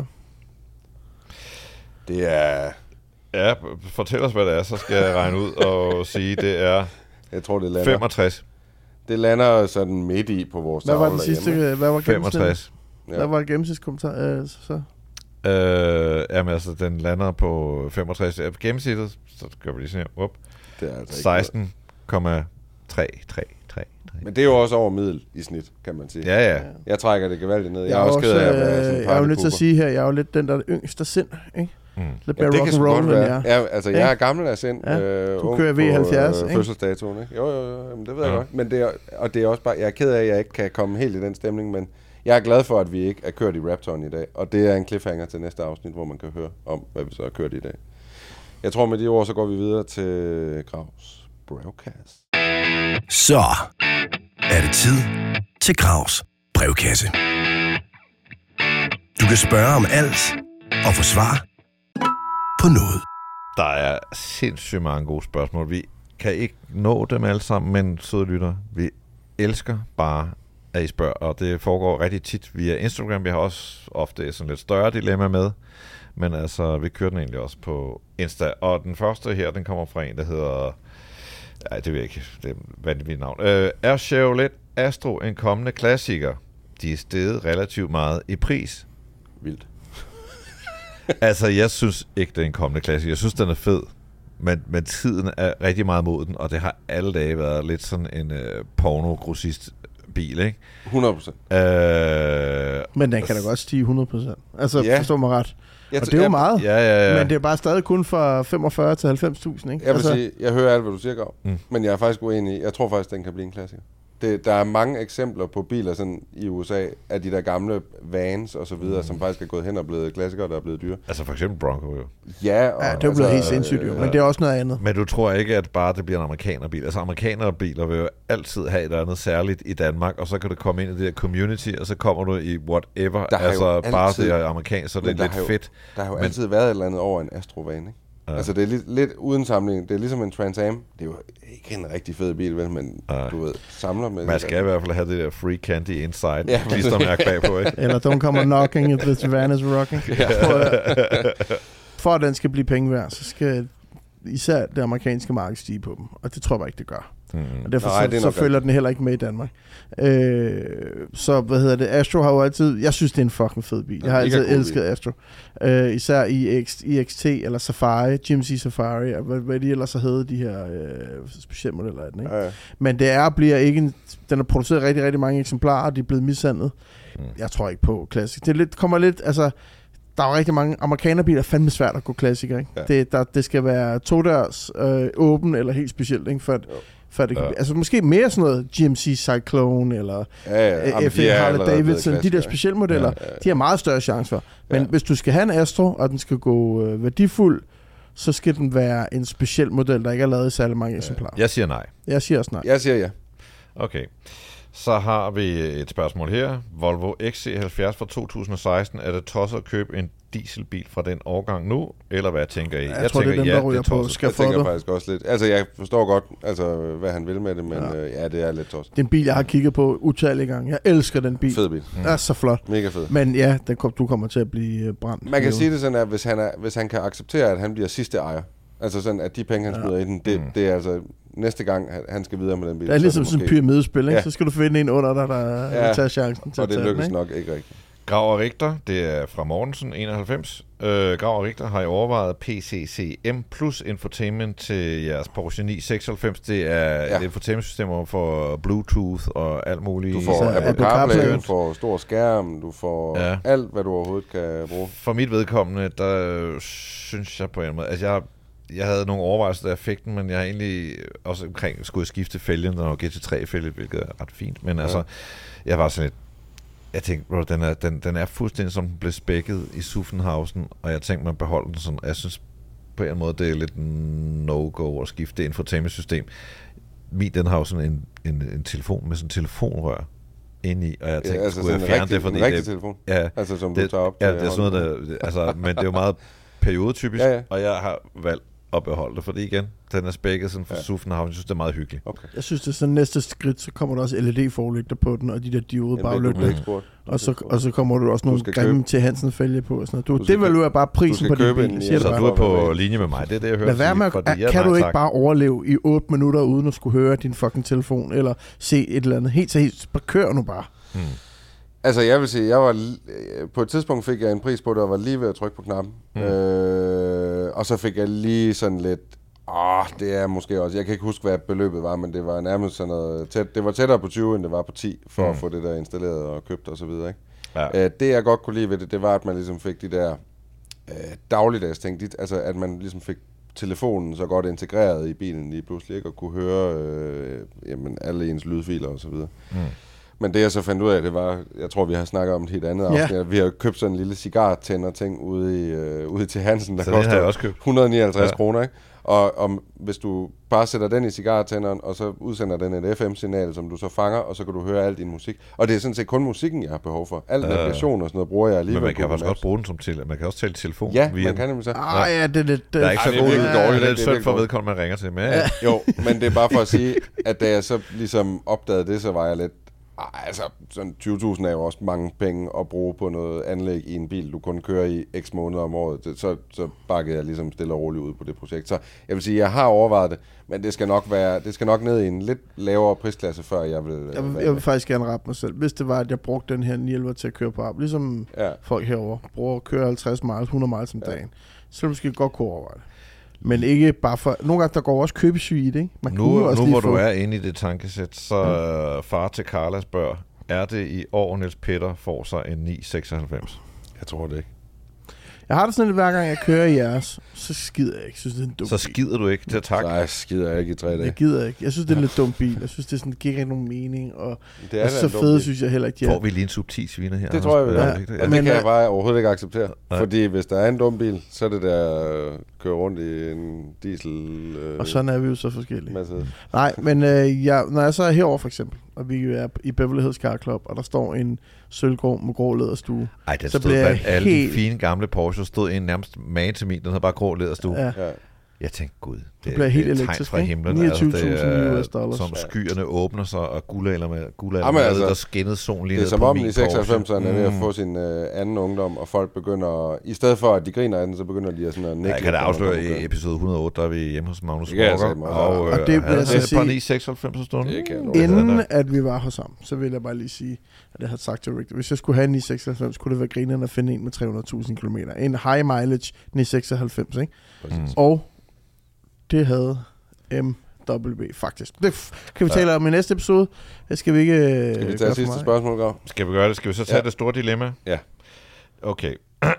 Det er, Ja, fortæl os, hvad det er, så skal jeg regne ud og sige, det er jeg tror, det lander. femogtres. Det lander sådan midt i på vores Hvad var tavle den sidste? derhjemme. Hvad var gennemsnittet? femogtres. Ja. Hvad var gennemsnitskommentar? Øh, så, så. Øh, jamen altså, den lander på femogtres. Gennemsnittet, så gør vi lige sådan her. Up. Det er altså ikke seksten komma tre tre tre. Men det er jo også over middel i snit, kan man sige. Ja, ja. Jeg trækker det gevaldigt ned. Jeg, Jeg er også ked af at være øh, sådan en jeg er jo nødt til at partypooper. sige her, jeg er jo lidt den der yngste sind, ikke? Mm. Lidt Ja, mere det rock kan and sgu roll, godt end være. jeg er. Ja, altså, jeg er gammel af sind. Ja. Øh, Du ung kører V halvfjerds, på, øh, ikke? fødselsdatoen, ikke? Jo, jo, jo, jamen, det ved jeg Ja. godt. Men det er, og det er også bare, jeg er ked af, at jeg ikke kan komme helt i den stemning, men jeg er glad for, at vi ikke er kørt i Raptoren i dag. Og det er en cliffhanger til næste afsnit, hvor man kan høre om, hvad vi så har kørt i dag. Jeg tror, med de ord, så går vi videre til Gravs brevcast. Så er det tid til Gravs brevkasse. Du kan spørge om alt og få svar på noget. Der er sindssygt mange gode spørgsmål. Vi kan ikke nå dem alle sammen, men søde lytter, vi elsker bare, at I spørger, og det foregår rigtig tit via Instagram. Vi har også ofte sådan lidt større dilemma med, men altså, vi kører den egentlig også på Insta. Og den første her, den kommer fra en, der hedder... Nej, det ved jeg ikke. Det er et vanvittigt navn. Øh, er Chevrolet Astro en kommende klassiker? De er steget relativt meget i pris. Vildt. Altså, jeg synes ikke, det er en kommende klassiker. Jeg synes, den er fed. Men, men tiden er rigtig meget mod den, og det har alle dage været lidt sådan en øh, porno-grossist-bil, ikke? hundrede procent. Øh, Men den kan da godt stige hundrede procent. Altså, Ja. forstår mig ret. Jeg, Og det er jo jeg, meget. ja, ja, ja. Men det er bare stadig kun fra femogfyrre til halvfems tusind, ikke? Jeg vil altså, sige, jeg hører alt, hvad du siger, Grav. Mm. Mm. Men jeg er faktisk uenig. Jeg tror faktisk, den kan blive en klassiker. Det, der er mange eksempler på biler sådan i U S A, af de der gamle vans og så videre, mm. som faktisk er gået hen og blevet klassikere, der er blevet dyre. altså for eksempel Bronco jo. Ja, og, ja, det er jo blevet helt sindssygt, jo. øh, Men det er også noget andet. Men du tror ikke, at bare det bliver en amerikanerbil? Altså amerikanerbiler vil jo altid have et eller andet særligt i Danmark, og så kan du komme ind i det der community, og så kommer du i whatever. Der har jo Altså bare altid- det er amerikansk, så det er Men der lidt har jo- fedt. Der har jo Men- altid været et eller andet over en Astrovan, ikke? Ja. Ja. Altså det er lidt, lidt uden sammenligning. Det er ligesom en Trans Am. Det er jo ikke en rigtig fed bil, vel? Men Ja. du ved, samler med... Man skal i hvert fald have det der free candy inside, Ja, ja, klistermærke bagpå, ikke? Eller don't come knocking if the van is rocking. Prøv at- For at den skal blive penge værd, så skal især det amerikanske marked stige på dem. Og det tror jeg bare ikke, det gør. Mm. Og derfor Nej, så, det er så nok følger den heller ikke med i Danmark. Øh, så hvad hedder det? Astro har jo altid... Jeg synes, det er en fucking fed bil. Jeg har Ja, mega altid cool elsket bil. Astro. Øh, især i X, I X T eller Safari, G M C Safari, og hvad, hvad de ellers har heddet, de her øh, specialmodeller af den. Ikke? Ja, ja. Men det er bliver ikke en, den har produceret rigtig, rigtig mange eksemplarer, og de er blevet mishandlet. Mm. Jeg tror ikke på Classic. Det er lidt, kommer lidt, altså, der er jo rigtig mange amerikanerbiler, fandme svært at gå klassiker, ikke? Ja. Det, der, det skal være todørs, øh, åben eller helt specielt, ikke? For, at, for det kan, Ja. altså måske mere sådan noget G M C Cyclone eller Ja, ja. Jamen, F de A er Harley allerede blevet Davidson, de der klassikere. specialmodeller, Ja, de har meget større chance for. Men Ja. hvis du skal have en Astro, og den skal gå øh, værdifuld, så skal den være en speciel model, der ikke er lavet i særlig mange eksemplarer. Jeg siger nej. Jeg siger også nej. Jeg siger ja. Okay. Så har vi et spørgsmål her. Volvo X C halvfjerds fra to tusind og seksten. Er det tosset at købe en dieselbil fra den årgang nu? Eller hvad tænker I? Jeg, jeg tror, tænker, det er dem, der ryger det er på tosset. Jeg tænker skafottet. faktisk også lidt... Altså, jeg forstår godt, altså, hvad han vil med det, men Ja. ja, øh, ja det er lidt tosset. Det er en bil, jeg har kigget på utallige gange. Jeg elsker den bil. Fed bil. Den er så flot. Mega fed. Men ja, den kom, du kommer til at blive brændt. Man kan sige det sådan, at hvis han, er, hvis han kan acceptere, at han bliver sidste ejer, altså sådan, at de penge, han Ja. smider i den, det, Mm. det er altså næste gang han, han skal videre med den bil. Det er ligesom sådan en pyramidespil, ikke? Ja. Så skal du finde en under dig, der ja. tager chancen til og at tage det lykkes den, nok ikke rigtigt. Grav og Richter, det er fra Mortensen, enoghalvfems. Øh, Grav og Richter har I overvejet P C C M plus infotainment til jeres Porsche ni seksoghalvfems. Det er ja. et infotainmentsystemer for Bluetooth og alt muligt. Du får Apple CarPlay, du får stor skærm, du får ja. alt, hvad du overhovedet kan bruge. For mit vedkommende, der synes jeg på en måde, altså jeg Jeg havde nogle overvejelser, da jeg fik den, men jeg har egentlig også omkring skulle skifte fælgen, når jeg G T tre fælge, hvilket er ret fint. Men ja. altså, jeg var sådan lidt, jeg tænkte, bro, den er, den, den er fuldstændig som den blev spækket i Zuffenhausen, og jeg tænkte mig at beholde den sådan. Jeg synes på en måde, det er lidt no-go at skifte infotainmentsystem. Min, den har jo sådan en, en, en telefon med sådan en telefonrør inde i, og jeg tænkte, ja, altså skulle jeg fjerne rigtig, det, fordi en rigtig det, telefon? Ja, altså som det, du tager op ja, det er sådan noget, der, altså, men det er jo meget periodetypisk, ja, ja. og jeg har valgt at beholde det, fordi igen, den er spækket sådan for ja. Zuffenhausen. Jeg synes, det er meget hyggeligt. Okay. Jeg synes, det er sådan næste skridt, så kommer der også L E D-forlygter på den, og de der diode baglygter. Og så, og så kommer du også nogle grimme til Hansen-fælge på. Og sådan noget. Du, du det valuerer bare prisen på din bil. En, så du er på linje med mig. Det er det, jeg hører. Lad med, fordi kan du ikke bare overleve i otte minutter, uden at skulle høre din fucking telefon, eller se et eller andet? Helt så helt, kør nu bare. Hmm. Altså, jeg vil sige, jeg var på et tidspunkt fik jeg en pris på det, og var lige ved at trykke på knappen. Mm. Øh, og så fik jeg lige sådan lidt, åh, det er måske også, jeg kan ikke huske, hvad beløbet var, men det var nærmest sådan noget, tæt, det var tættere på tyve, end det var på ti, for mm. at få det der installeret og købt og så videre, ikke? Ja. Øh, det jeg godt kunne lide ved det, det var, at man ligesom fik de der øh, dagligdags ting, de, altså at man ligesom fik telefonen så godt integreret i bilen lige pludselig, ikke? Og kunne høre øh, jamen, alle ens lydfiler og så videre. Mm. Men det jeg så fandt ud af, det var, jeg tror vi har snakket om et helt andet afsnit, yeah. vi har købt sådan en lille cigartænder ting ude i øh, ude til Hansen, der så koster et hundrede og nioghalvtreds ja. kroner, ikke? Og om, hvis du bare sætter den i cigartænderen, og så udsender den et F M-signal, som du så fanger, og så kan du høre al din musik. Og det er sådan set kun musikken, jeg har behov for. Al navigation og sådan noget bruger jeg alligevel. Men man kan faktisk godt bruge den som til, man kan også tale telefon. Ja, via man kan nemlig så. Ah ja, det er lidt... Der er ikke så god det er dårligt. Det er synd for vedkommende, man ringer til. Men ja. Jo, men det er bare for at sige, at da jeg så ligesom opdagede det, så var jeg lidt... Altså, sådan tyve tusind er jo også mange penge at bruge på noget anlæg i en bil, du kun kører i x måneder om året. Det, så, så bakkede jeg ligesom stille og roligt ud på det projekt. Så jeg vil sige, jeg har overvejet det, men det skal nok være, det skal nok ned i en lidt lavere prisklasse, før jeg vil... Jeg vil, jeg vil faktisk gerne rappe mig selv. Hvis det var, at jeg brugte den her ni elleve til at køre på arbejde, ligesom ja. folk herover bruger at køre halvtreds miles, hundrede miles om dagen, ja. så vil du måske godt kunne overveje det. Men ikke bare for... Nogle gange, der går også købesyg i det, ikke? Man nu, også nu hvor få... du er inde i det tankesæt, så ja. far til Carla spørger, er det i år, Niels Peter får sig en ni seksoghalvfems? Jeg tror det ikke. Jeg har det sådan lidt, hver gang jeg kører i jeres, så skider jeg ikke. Synes, det er en dum så skider du ikke til tak? Nej, skider jeg ikke i tre dage. Jeg gider ikke. Jeg synes, det er en lidt dum bil. Jeg synes, det, er sådan, det giver ikke nogen mening. Og, det er og så fede synes jeg heller ikke, de får vi lige en subtil sviner her? Det tror jeg, vi ja. ja. ja. Men det kan jeg bare overhovedet ikke acceptere. Ja. Fordi hvis der er en dum bil, så er det der uh, køre rundt i en diesel... Uh, og sådan er vi jo så forskellige. Masse. Nej, men uh, jeg, når jeg så er herovre for eksempel, og vi er i Beverly Hills Car Club, og der står en sølvgrå med grå læderstue. Ej, den så stod blandt alle helt... de fine gamle Porsche, stod en nærmest mage til min, den havde bare grå læderstue. Ja. Ja. Jeg tænkte, gud, det, det er helt et tegn fra himlen. niogtyve tusind U S dollars. Som skyerne åbner sig, og guldalder med guldalder med, altså, der skinnede solen lige det er som om i seksoghalvfemserne er ved at få sin uh, anden ungdom, og folk begynder, i stedet for at de griner af den, så begynder de at sådan at nikke. Jeg kan da afsløre, i episode et hundrede og otte, der er vi hjemme hos Magnus Borger, og, og det havde et par ni seksoghalvfems stående. Inden at vi var hos ham, så vil jeg bare lige sige, at jeg havde sagt til Rick, hvis jeg skulle have en ni seksoghalvfems, kunne det være grinerne at finde en med tre hundrede tusind kilometer. En high mileage ni seksoghalvfems, ikke? Og det havde M W B faktisk. Det f- kan vi tale ja. om i næste episode. Det skal vi ikke... Skal vi tage sidste spørgsmål, Gav? Skal vi gøre det? Skal vi så tage ja. det store dilemma? Ja. Okay.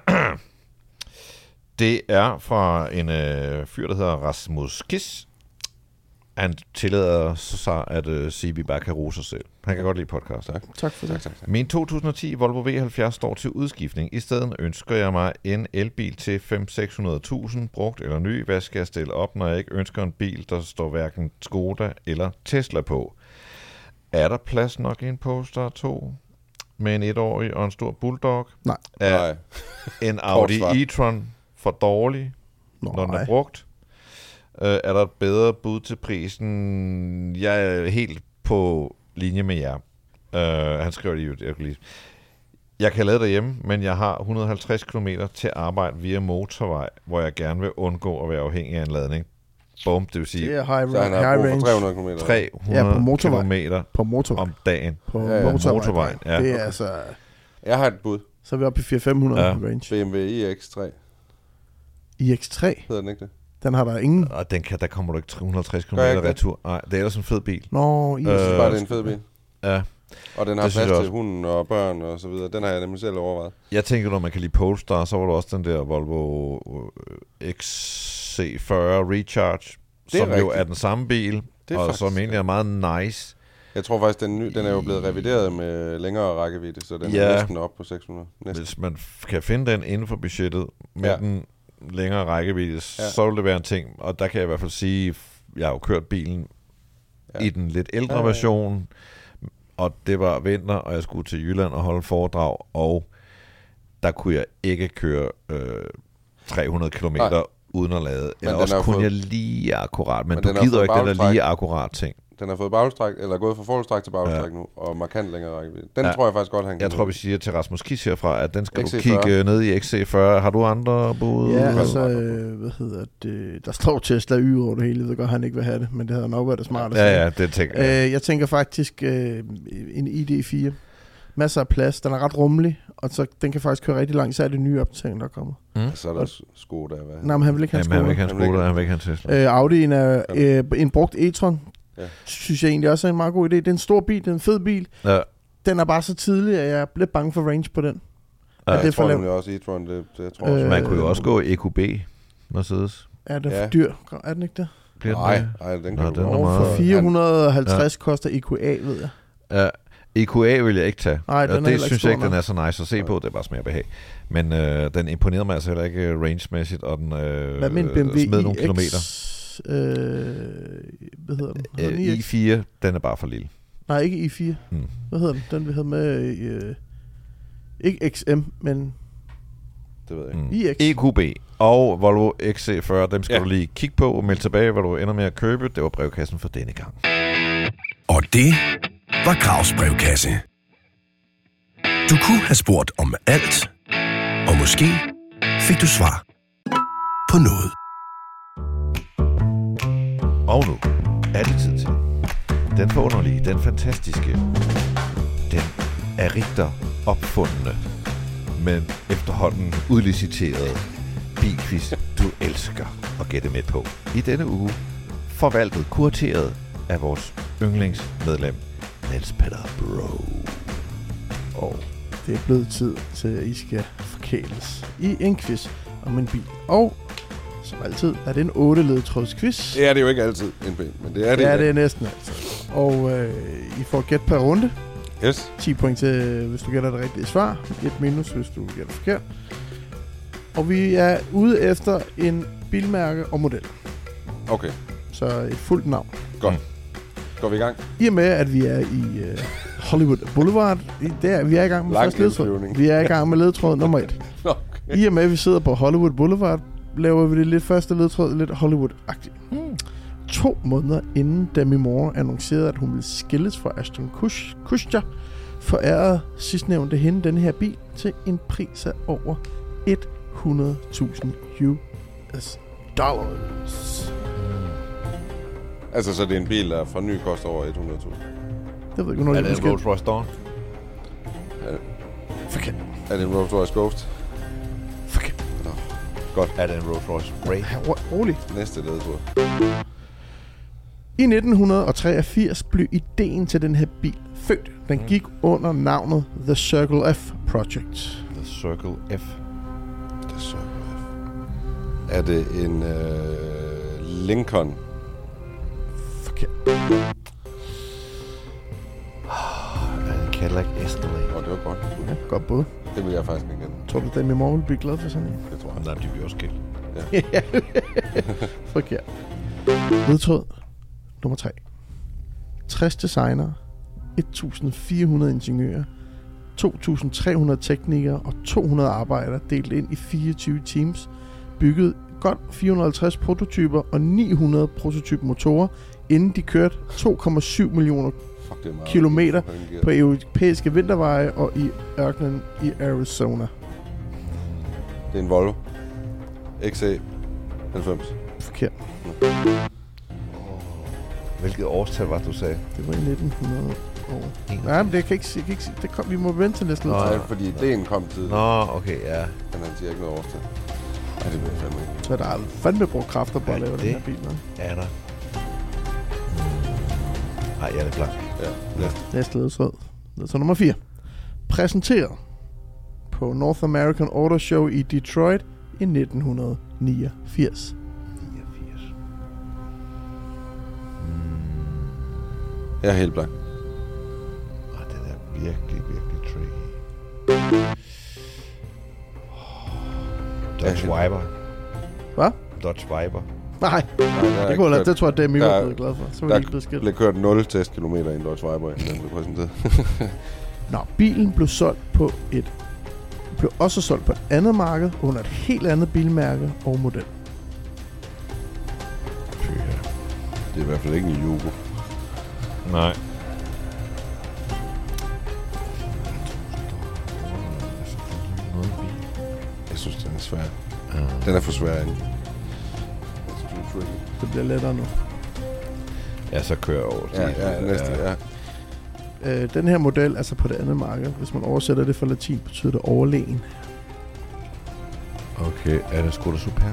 Det er fra en øh, fyr, der hedder Rasmus Kiss. Han tillader sig at øh, sige, at vi bare kan rose sig selv. Han kan godt lide podcast. Tak, tak for det. Tak, tak, tak. Min to tusind og ti Volvo V halvfjerds står til udskiftning. I stedet ønsker jeg mig en elbil til fem til seks hundrede tusind, brugt eller ny. Hvad skal jeg stille op, når jeg ikke ønsker en bil, der står hverken Skoda eller Tesla på? Er der plads nok i en Polestar to med en etårig og en stor bulldog? Nej. Er Nej. en Audi e-tron for dårlig, Nej. når den er brugt? Uh, er der et bedre bud til prisen? Jeg er helt på linje med jer. Uh, han skriver det jo, jeg kan lige. Jeg kan lade derhjemme, men jeg har et hundrede og halvtreds kilometer til arbejde via motorvej, hvor jeg gerne vil undgå at være afhængig af en ladning. Bum, det vil sige Det er high, Så han har high brug for range. tre hundrede kilometer. tre hundrede Ja, på motorvej. kilometer På motorvej. om dagen. På Ja, ja. motorvej. Motorvejen, ja. Det er altså... Jeg har et bud. Så er vi oppe i fire fem hundrede Ja. range. B M W i X tre. I X tre, Hedder den ikke det? den har der ingen... Og den kan, der kommer du ikke tre hundrede og halvtreds Gør jeg kilometer ikke retur. Nej, det er ellers en fed bil. Nå, I Jeg synes Øh, bare, det er en fed bil. Ja. Og den har det synes plads jeg til også. hunden og børn og så videre. Den har jeg nemlig selv overvejet. Jeg tænker, når man kan lide Polestar, så var der også den der Volvo X C fyrre Recharge, Det er som jo rigtigt. er den samme bil, Det er og faktisk- som egentlig er meget nice. Jeg tror faktisk, den, ny, den er jo blevet revideret med længere rækkevidde, så den Ja. er næsten op på seks hundrede. Næsten. Hvis man f- kan finde den inden for budgettet med Ja. ja. den længere rækkevidde, ja. så vil det være en ting. Og der kan jeg i hvert fald sige, jeg har jo kørt bilen Ja. ja. i den lidt ældre Ja, ja, ja. version, og det var vinter, og jeg skulle til Jylland og holde foredrag, og der kunne jeg ikke køre øh, tre hundrede kilometer Nej. uden at lade. den Eller har også kunne fået- jeg lige akkurat, men, Men men den du har gider fået ikke den der bagstræk. lige akkurat ting. Den har fået bagstræk, eller gået fra forholdstræk til bagstræk ja. nu, og markant længere rækkevidde. Den ja. Ja. tror jeg faktisk godt, han kan. Jeg tror, vi siger til Rasmus Kiss herfra, at den skal X C du fyrre. kigge ned i X C fyrre. Har du andre bud? Ja, Udvalg. altså, øh, hvad hedder det? Der står Tesla Y over det hele. Jeg ved godt, han ikke vil have det, men det havde nok været det smarteste. Ja, ja, det tænker jeg. Øh, jeg tænker faktisk øh, en I D fire. Masser af plads. Den er ret rummelig, og så den kan faktisk køre rigtig langt. Så er det nye opdatering, der kommer. Mm. Så er der også Skoda. Hvad? Nej, men han vil ikke have en Jamen, han vil ikke Skoda. have en Skoda, han vil ikke have en Tesla. Øh, Audi'en er øh, en brugt e-tron. Ja. Synes jeg egentlig også er en meget god idé. Det er en stor bil, det er en fed bil. Ja. Den er bare så tidlig, at jeg er lidt bange for range på den. Ja, det er jeg for tror lavt. nemlig også e-tron, det, det jeg tror Øh, også. Man kunne jo også gå E Q B Mercedes. Er den Ja. for dyr? Er den ikke det? Bliver den Nej, det? nej, den kan Nå, du den er godt. meget- For fire hundrede og halvtreds ja. koster E Q A, ved jeg. Ja, E Q A vil jeg ikke tage. Nej, den er og det heller ikke synes stor jeg ikke, den nok. er så nice at se på. Det er bare smag og behag. Men øh, den imponerede mig altså heller ikke range-mæssigt, og den øh, Hvad med en B M W smed nogle iX? kilometer. Øh, hvad hedder den? Hedder den Øh, iX? I fire, den er bare for lille. Nej, ikke I fire. Mm. Hvad hedder den? Den vi havde med... Øh, ikke X M, men Det ved jeg ikke. Mm. iX. E Q B og Volvo X C fyrre, dem skal Ja. du lige kigge på og melde tilbage, hvad du ender med at købe. Det var brevkassen for denne gang. Og det var Gravs brevkasse. Du kunne have spurgt om alt, og måske fik du svar på noget. Og nu er det tid til den forunderlige, den fantastiske, den af Richter opfundne, men efterhånden udliciterede bilquiz, du elsker at gætte med på. I denne uge forvaltet, kurateret af vores yndlingsmedlem, Niels Peter Bro. Og det er blevet tid til, at I skal forkæles i en quiz om en bil. Og som altid er det en otte-ledtrådsquiz. Det er det jo ikke altid, en bil, men det er det. Ja, det er næsten altid. Og øh, I får gæt per runde. Yes. ti point til, hvis du gætter det rigtige svar. Et minus, hvis du gætter forkert. Og vi er ude efter en bilmærke og model. Okay, Så et fuldt navn. godt. Går vi i gang? I og med, at vi er i øh, Hollywood Boulevard, i- der, vi er i gang med Lang første ledtråd. indflyvning. Vi er i gang med ledtråd nummer et. Okay. I og med, at vi sidder på Hollywood Boulevard, laver vi det lidt første ledtråd lidt Hollywood-agtigt. Hmm. To måneder inden Demi Moore annoncerede, at hun ville skilles fra Ashton Kutcher, forærede sidstnævnte hende den her bil til en pris af over hundrede tusind U S dollars. Altså, så det er en bil, der fra ny koster over hundrede tusind. Det ved jeg ikke, hvornår Er jeg det en måske... Rolls Royce Dawn? Forkert. Er det en Rolls Royce Ghost? Forkert. Er det en Rolls Royce Ray? Ro- rolig. Næste ledetråd. I nitten treogfirs blev ideen til den her bil født. Den gik under navnet The Circle F Project. The Circle F. Det er så Er det en øh, Lincoln? Forkert. Er det en Cadillac Escalade? Åh, oh, det var godt. Ja, godt både. Det vil jeg faktisk ikke kende. Tror du, Demi Moore vil blive glad for sådan en? Det tror jeg. Nej, de bliver også skilt. Forkert. Ledtråd nummer tre. tres designere, tusind fire hundrede ingeniører, to tusind tre hundrede teknikere og to hundrede arbejdere delt ind i fireogtyve teams, bygget godt fire hundrede og halvtreds prototyper og ni hundrede prototypmotorer, inden de kørte to komma syv millioner Fuck, det er meget. kilometer På den gear. på europæiske vinterveje og i ørkenen i Arizona. Det er en Volvo. X C halvfems. forkert. Hvilket årstal var du sagde? Det var i nitten hundrede år. Nej, men det kan ikke, jeg kan ikke sige. Det kom, vi må vente til næste Nej, tid. fordi ideen kom tidligt. Nå, okay, ja. Men han siger ikke noget årstal. Nej, det ved jeg fandme ikke. Så er der fandme brugt kræfter på at lave det den her bil. Ne? er der. Nej, jeg er lidt blank. Ja, næste. Næste ledetråd. Ledetråd nummer fire. Præsenteret på North American Auto Show i Detroit i nitten niogfirs. niogfirs. Jeg er helt blank. Ah, den er virkelig, virkelig tricky. Dodge Viper. Hvad? Dodge Viper. Nej, Nej, det, kunne lade, det tror jeg, det er Mimo der- blevet glad for. Så var Der det ikke blevet skilt. blev kørt nul testkilometer i en Dodge Viper, inden den blev præsenteret. Nå, bilen blev solgt på et blev også solgt på et andet marked under et helt andet bilmærke og model. Det er i hvert fald ikke en Yugo. Nej. Jeg synes, den er svær. Den er for svær ind. Det bliver lettere nu. Ja, så kører jeg over. Ja, ja, næste, ja. Øh, den her model, altså på det andet marked, hvis man oversætter det fra latin, betyder det overlegen. Okay, er det sgu da superb?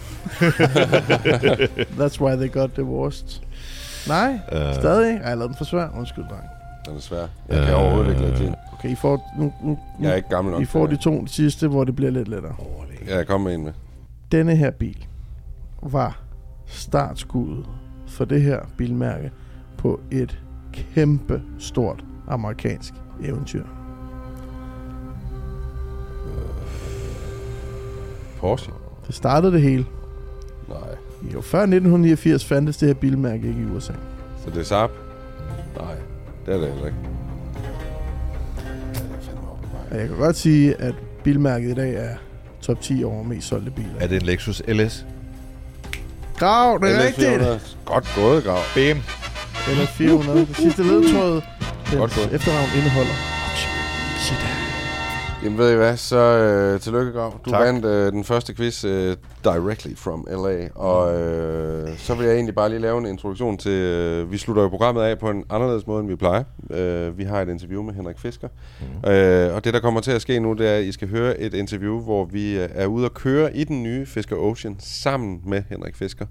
That's why they got divorced. Nej, Uh, stadig ikke. Ej, jeg lavede den for svær. Undskyld, dreng. Den er svær. Jeg kan overhovedet ikke lade til. Okay, I får, nu, nu, Jeg er ikke gammel nok. I får til de to sidste, hvor det bliver lidt lettere. overlegen. det. Ja, kom med en med. Denne her bil var startskuddet for det her bilmærke på et kæmpe stort amerikansk eventyr. Porsche? Det startede det hele. Nej. Jo, før nitten niogfirs fandtes det her bilmærke ikke i U S A. Så det er Saab? Nej, det er det heller ikke. Det er fandme oppe på Og jeg kan godt sige, at bilmærket i dag er top ti over mest solgte biler. Er det en Lexus L S? Grav, det er L S rigtigt! fire hundrede. Godt gået, Grav. Bim! L S fire hundrede. Det sidste ledtråd. Godt Den gået. efternavn indeholder. Shit. Jamen ved I hvad, så øh, tillykke, Grav. Du Tak. vandt øh, den første quiz øh, directly from L A. Og øh, så vil jeg egentlig bare lige lave en introduktion til... Øh, vi slutter jo programmet af på en anderledes måde, end vi plejer. Øh, vi har et interview med Henrik Fisker. Mm. Øh, og det, der kommer til at ske nu, det er, at I skal høre et interview, hvor vi øh, er ude og køre i den nye Fisker Ocean sammen med Henrik Fisker.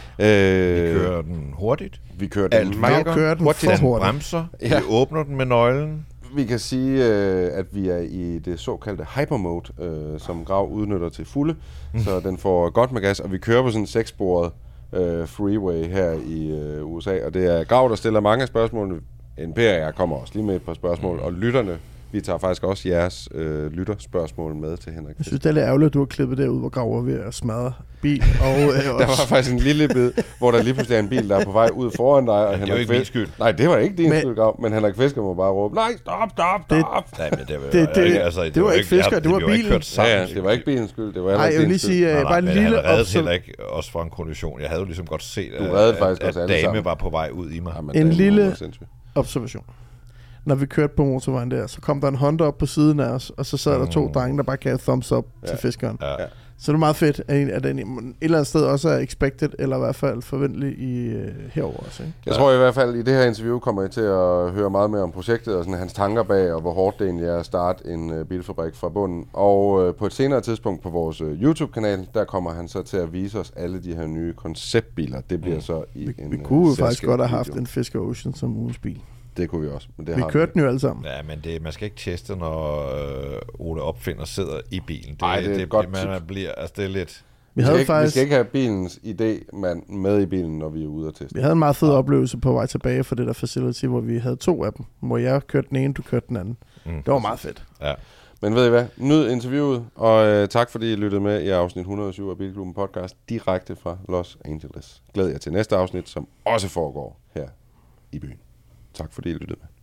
Ja. Øh, Vi kører den hurtigt. vi kører Alt den meget virker. kører den hurtigt. for Den hurtigt. bremser. Ja. Vi åbner den med nøglen. Vi kan sige, øh, at vi er i det såkaldte hypermode, øh, som Grav udnytter til fulde, mm. så den får godt med gas, og vi kører på sådan en sekssporet øh, freeway her i øh, U S A, og det er Grav, der stiller mange spørgsmål. N P R kommer også lige med et par spørgsmål, mm. og lytterne, vi tager faktisk også jeres øh, lytterspørgsmål med til Henrik. Jeg synes, det er lidt ærgerligt, at du har klippet derud, hvor Grav var ved at smadre bil. Og, øh, Der var faktisk en lille bid, hvor der lige pludselig er en bil, der er på vej ud foran dig. Og Det er jo Henrik ikke min Fis- skyld. Nej, det var ikke din Men- skyld, Grav, men Henrik Fisker må bare råbe, nej, stop, stop, Det- stop. Nej, men det, var, Det- det- ikke, altså, det var ikke Fisker, jeg- det var vi ikke bilen. kørt sammen. Ja, ja, det var ikke bilens skyld, det var heller Nej, ikke jeg vil din lige skyld. sige, Nej, øh, nej, bare en men lille han reddede opsum- heller ikke os fra en kollision. Jeg havde jo ligesom godt set, Du at, reddede faktisk at, os at alle dame sammen. var på vej ud i mig. Jamen, En den lille- var sindssyg. observation. Når vi kørte på motorvejen der, så kom der en Honda op på siden af os, og så sad der to Mm. drenge, der bare gav thumbs up Ja. til fiskeren. Ja. Ja. Så det er meget fedt, at, at den et eller andet sted også er expected, eller i hvert fald forventelig i, øh, herover også. Ikke? Jeg tror i hvert fald, i det her interview kommer I til at høre meget mere om projektet og sådan hans tanker bag, og hvor hårdt det egentlig er at starte en øh, bilfabrik fra bunden. Og øh, på et senere tidspunkt på vores øh, YouTube-kanal, der kommer han så til at vise os alle de her nye konceptbiler. Det bliver så i Vi, en vi kunne jo øh, faktisk godt have selskabsvideo. haft en Fisker Ocean som ugens bil. Det kunne vi også, men det Vi har kørte den jo alle sammen. Ja, men det, man skal ikke teste, når øh, Ole Opfinder sidder i bilen. Det, Ej, det er et det, godt man tip. bliver, altså det er lidt... Vi Vi skal, havde ikke, vi faktisk skal ikke have bilens idé man, med i bilen, når vi er ude at teste. vi havde en meget fed oplevelse på vej tilbage fra det der facility, hvor vi havde to af dem. Hvor jeg kørte den ene, du kørte den anden. Mm. Det var meget fedt. Ja. Men ved I hvad? Nyd interviewet, og øh, tak fordi I lyttede med i afsnit et hundrede og syv af Bilklubben podcast, direkte fra Los Angeles. Glæd jer til næste afsnit, som også foregår her i byen. Tak fordi I lyttede med.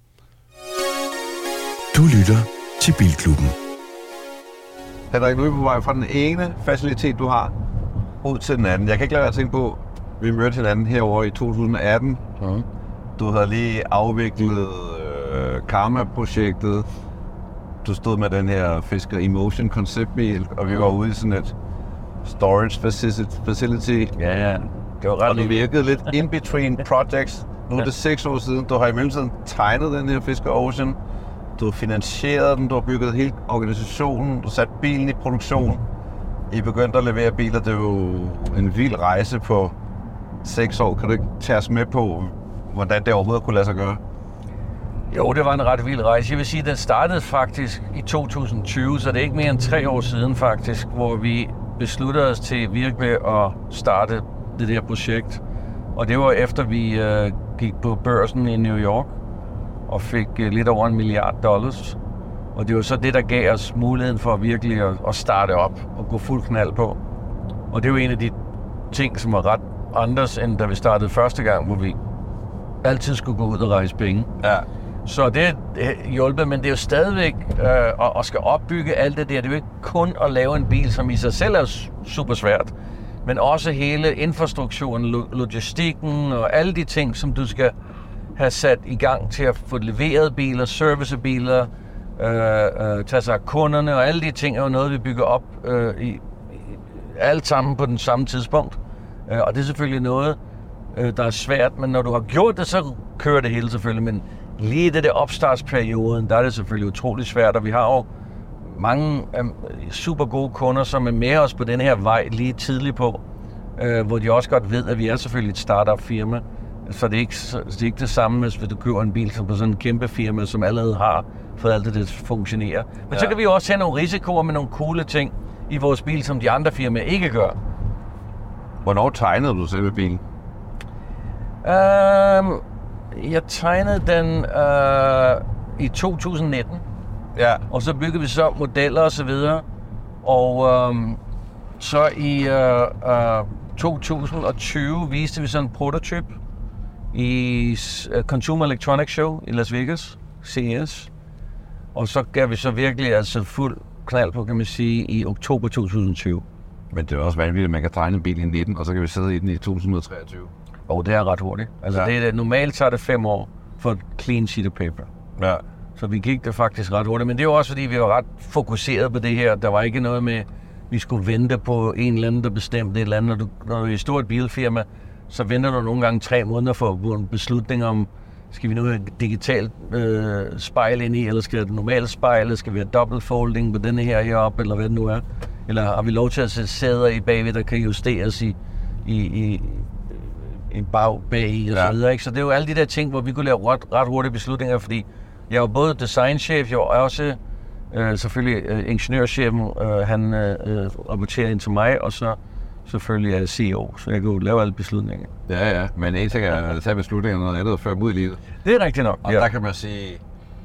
Du lytter til Bilklubben. Henrik, nu er vi på vej fra den ene facilitet, du har, ud til den anden. Jeg kan ikke lade være at tænke på, vi mødte hinanden herovre i to tusind atten. Mm. Du havde lige afviklet øh, Karma-projektet. Du stod med den her Fisker Emotion konceptbil, og vi var ude i sådan et storage facility. facility. Ja, ja. Det var ret Og du virkede lidt in between projects. Nu er det Ja. seks år siden. Du har i mellemtiden tegnet den her Fisker Ocean. Du har finansieret den, du har bygget hele organisationen, du har sat bilen i produktion. I begyndte at levere biler. Det er jo en vild rejse på seks år. Kan du ikke tage os med på, hvordan det overhovedet kunne lade sig gøre? Jo, det var en ret vild rejse. Jeg vil sige, at den startede faktisk i to tusind og tyve, så det er ikke mere end tre år siden faktisk, hvor vi besluttede os til virkelig at starte det der projekt. Og det var efter vi øh, gik på børsen i New York og fik øh, lidt over en milliard dollars. Og det var så det, der gav os muligheden for virkelig at, at starte op og gå fuld knald på. Og det var en af de ting, som var ret anders, end da vi startede første gang, hvor vi altid skulle gå ud og rejse penge. Ja. Så det er hjulpet, men det er jo stadigvæk øh, at, at skal opbygge alt det der. Det er jo ikke kun at lave en bil, som i sig selv er super svært, men også hele infrastrukturen, lo- logistikken og alle de ting, som du skal have sat i gang til at få leveret biler, servicebiler, øh, øh, tage sig af kunderne, og alle de ting er jo noget, vi bygger op øh, i, i alt sammen på den samme tidspunkt. Øh, og det er selvfølgelig noget, øh, der er svært, men når du har gjort det, så kører det hele selvfølgelig. Men lige i det der opstartsperioden, der er det selvfølgelig utrolig svært, og vi har jo mange øh, super gode kunder, som er med os på den her vej lige tidligt på, øh, hvor de også godt ved, at vi er selvfølgelig et startup firma. Så det er ikke, så det er ikke det samme, hvis du køber en bil som på sådan en kæmpe firma, som allerede har fået alt det, det fungerer. Men ja. Så kan vi jo også have nogle risikoer med nogle coole ting i vores bil, som de andre firmaer ikke gør. Hvornår tegnede du selve bilen? Um, jeg tegnede den uh, i to tusind nitten, Ja. og så byggede vi så modeller og så videre. Og um, så i uh, uh, to tusind og tyve viste vi sådan en prototype i uh, Consumer Electronics Show i Las Vegas, C E S. Og så gav vi så virkelig altså fuld knald på, kan man sige, i oktober to tusind og tyve. Men det er også vanvittigt, at man kan tegne en bil i nitten, og så kan vi sidde i den i to tusind og treogtyve. Og det er ret hurtigt. Altså Ja. det er, normalt tager det fem år for et clean sheet of paper. Ja. Så vi gik det faktisk ret hurtigt. Men det er jo også, fordi vi var ret fokuseret på det her. Der var ikke noget med, vi skulle vente på en eller anden, der bestemte et eller andet. Når du, når du er i et stort bilfirma, så venter du nogle gange tre måneder for en beslutning om, skal vi nu have et digitalt øh, spejl ind i, eller skal det et normalt spejl, eller skal vi have double folding på denne her heroppe, eller hvad det nu er. Eller har vi lov til at sætte sæder i bagved, der kan justeres i, i, i en bag bag i og Ja. så videre, ikke? Så det er jo alle de der ting, hvor vi kunne lave ret, ret hurtige beslutninger, fordi jeg var både designchef, jeg var også øh, selvfølgelig øh, ingeniørchefen, øh, han øh, øh, rapporterer ind til mig, og så selvfølgelig er C E O, så jeg kunne lave alle beslutninger. Ja, ja. Men en ting er at tage beslutninger, noget andet at føre dem ud i livet. Det er rigtigt nok, Og ja. der kan man sige,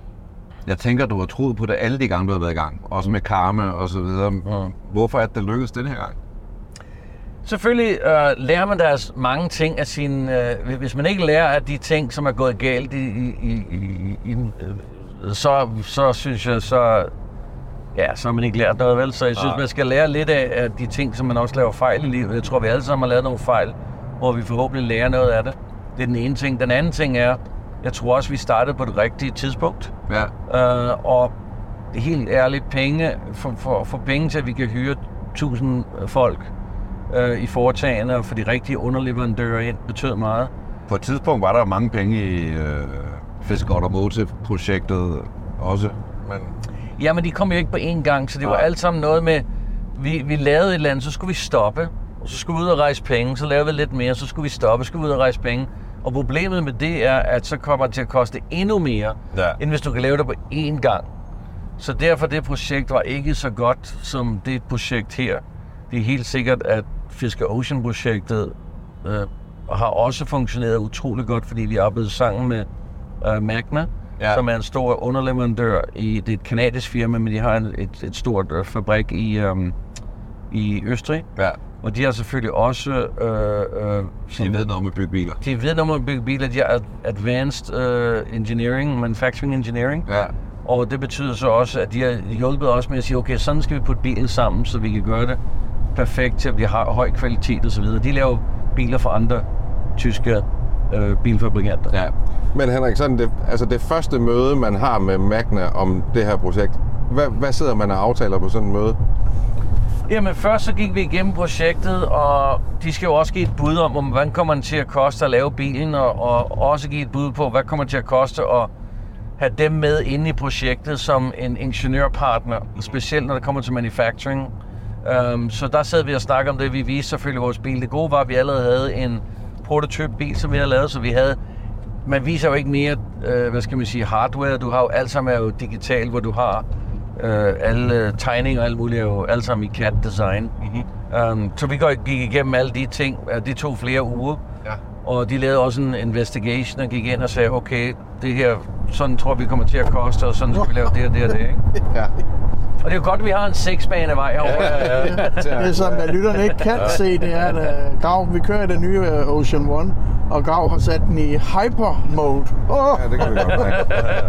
jeg tænker, du har troet på det alle de gange, du har været i gang. Også med karma og så videre. Ja. Hvorfor er det lykkedes den her gang? Selvfølgelig øh, lærer man deres mange ting af sin... Øh, hvis man ikke lærer af de ting, som er gået galt, i, i, i, i, i, øh, så, så synes jeg, så, ja, så har man ikke lært noget, vel? Så jeg synes, Nej. man skal lære lidt af, af de ting, som man også laver fejl i livet. Jeg tror, vi alle sammen har lavet nogle fejl, hvor vi forhåbentlig lærer noget af det. Det er den ene ting. Den anden ting er, jeg tror også, vi startede på det rigtige tidspunkt. Ja. Øh, og helt ærligt, penge, for, for, for penge til, at vi kan hyre tusind folk øh, i foretagene og få de rigtige underleverandører ind, betød meget. På et tidspunkt var der mange penge i øh, Fisker Automotive-projektet også. Men Ja, men de kom jo ikke på én gang, så det var Nej. alt sammen noget med, vi, vi lavede et eller andet, så skulle vi stoppe, og så skulle vi ud og rejse penge, så lavede vi lidt mere, så skulle vi stoppe, så skulle vi ud og rejse penge. Og problemet med det er, at så kommer det til at koste endnu mere, Ja. end hvis du kan lave det på én gang. Så derfor det projekt var ikke så godt som det projekt her. Det er helt sikkert, at Fisker Ocean-projektet øh, har også funktioneret utrolig godt, fordi vi arbejdede sammen med øh, Magna, Ja. som er en stor underleverandør i, det er et kanadisk firma, men de har en, et, et stort øh, fabrik i, øh, i Østrig. ja, Og de har selvfølgelig også... Øh, øh, som, de ved noget om at bygge biler. de ved noget om at bygge biler. De har advanced uh, engineering, manufacturing engineering. Ja. Og det betyder så også, at de har hjulpet os med at sige, okay, sådan skal vi putte bilen sammen, så vi kan gøre det perfekt til, at vi har høj kvalitet og så videre. De laver biler for andre tyske øh, bilfabrikanter. Ja. Men Henrik, sådan det, altså det første møde, man har med Magna om det her projekt, hvad, hvad sidder man og aftaler på sådan et møde? Jamen først så gik vi igennem projektet, og de skal jo også give et bud om, om hvad kommer det til at koste at lave bilen, og, og også give et bud på, hvad kommer det til at koste at have dem med inde i projektet som en ingeniørpartner, specielt når det kommer til manufacturing. Um, så der sad vi og snakkede om det, vi viste selvfølgelig vores bil. Det gode var, at vi allerede havde en prototype-bil, som vi havde lavet, så vi havde... Man viser jo ikke mere, øh, hvad skal man sige, hardware. Du har jo alt sammen er jo digitalt, hvor du har øh, alle tegninger og alt muligt er jo alt sammen i C A D-design. Mm-hmm. Um, så vi gik igennem alle de ting. Det tog flere uger. Ja. Og de lavede også en investigation og gik ind og sagde, okay, det her, sådan tror vi kommer til at koste, og sådan skal vi lave det og det og det, ikke? Ja. Og det er jo godt, at vi har en seksbane vej herovre. Ja, ja, ja. Det, som lytterne ikke kan se, det er, at uh, Grav, vi kører i den nye uh, Ocean One, og Grav har sat den i hyper-mode. Oh! Ja, det kan vi godt have.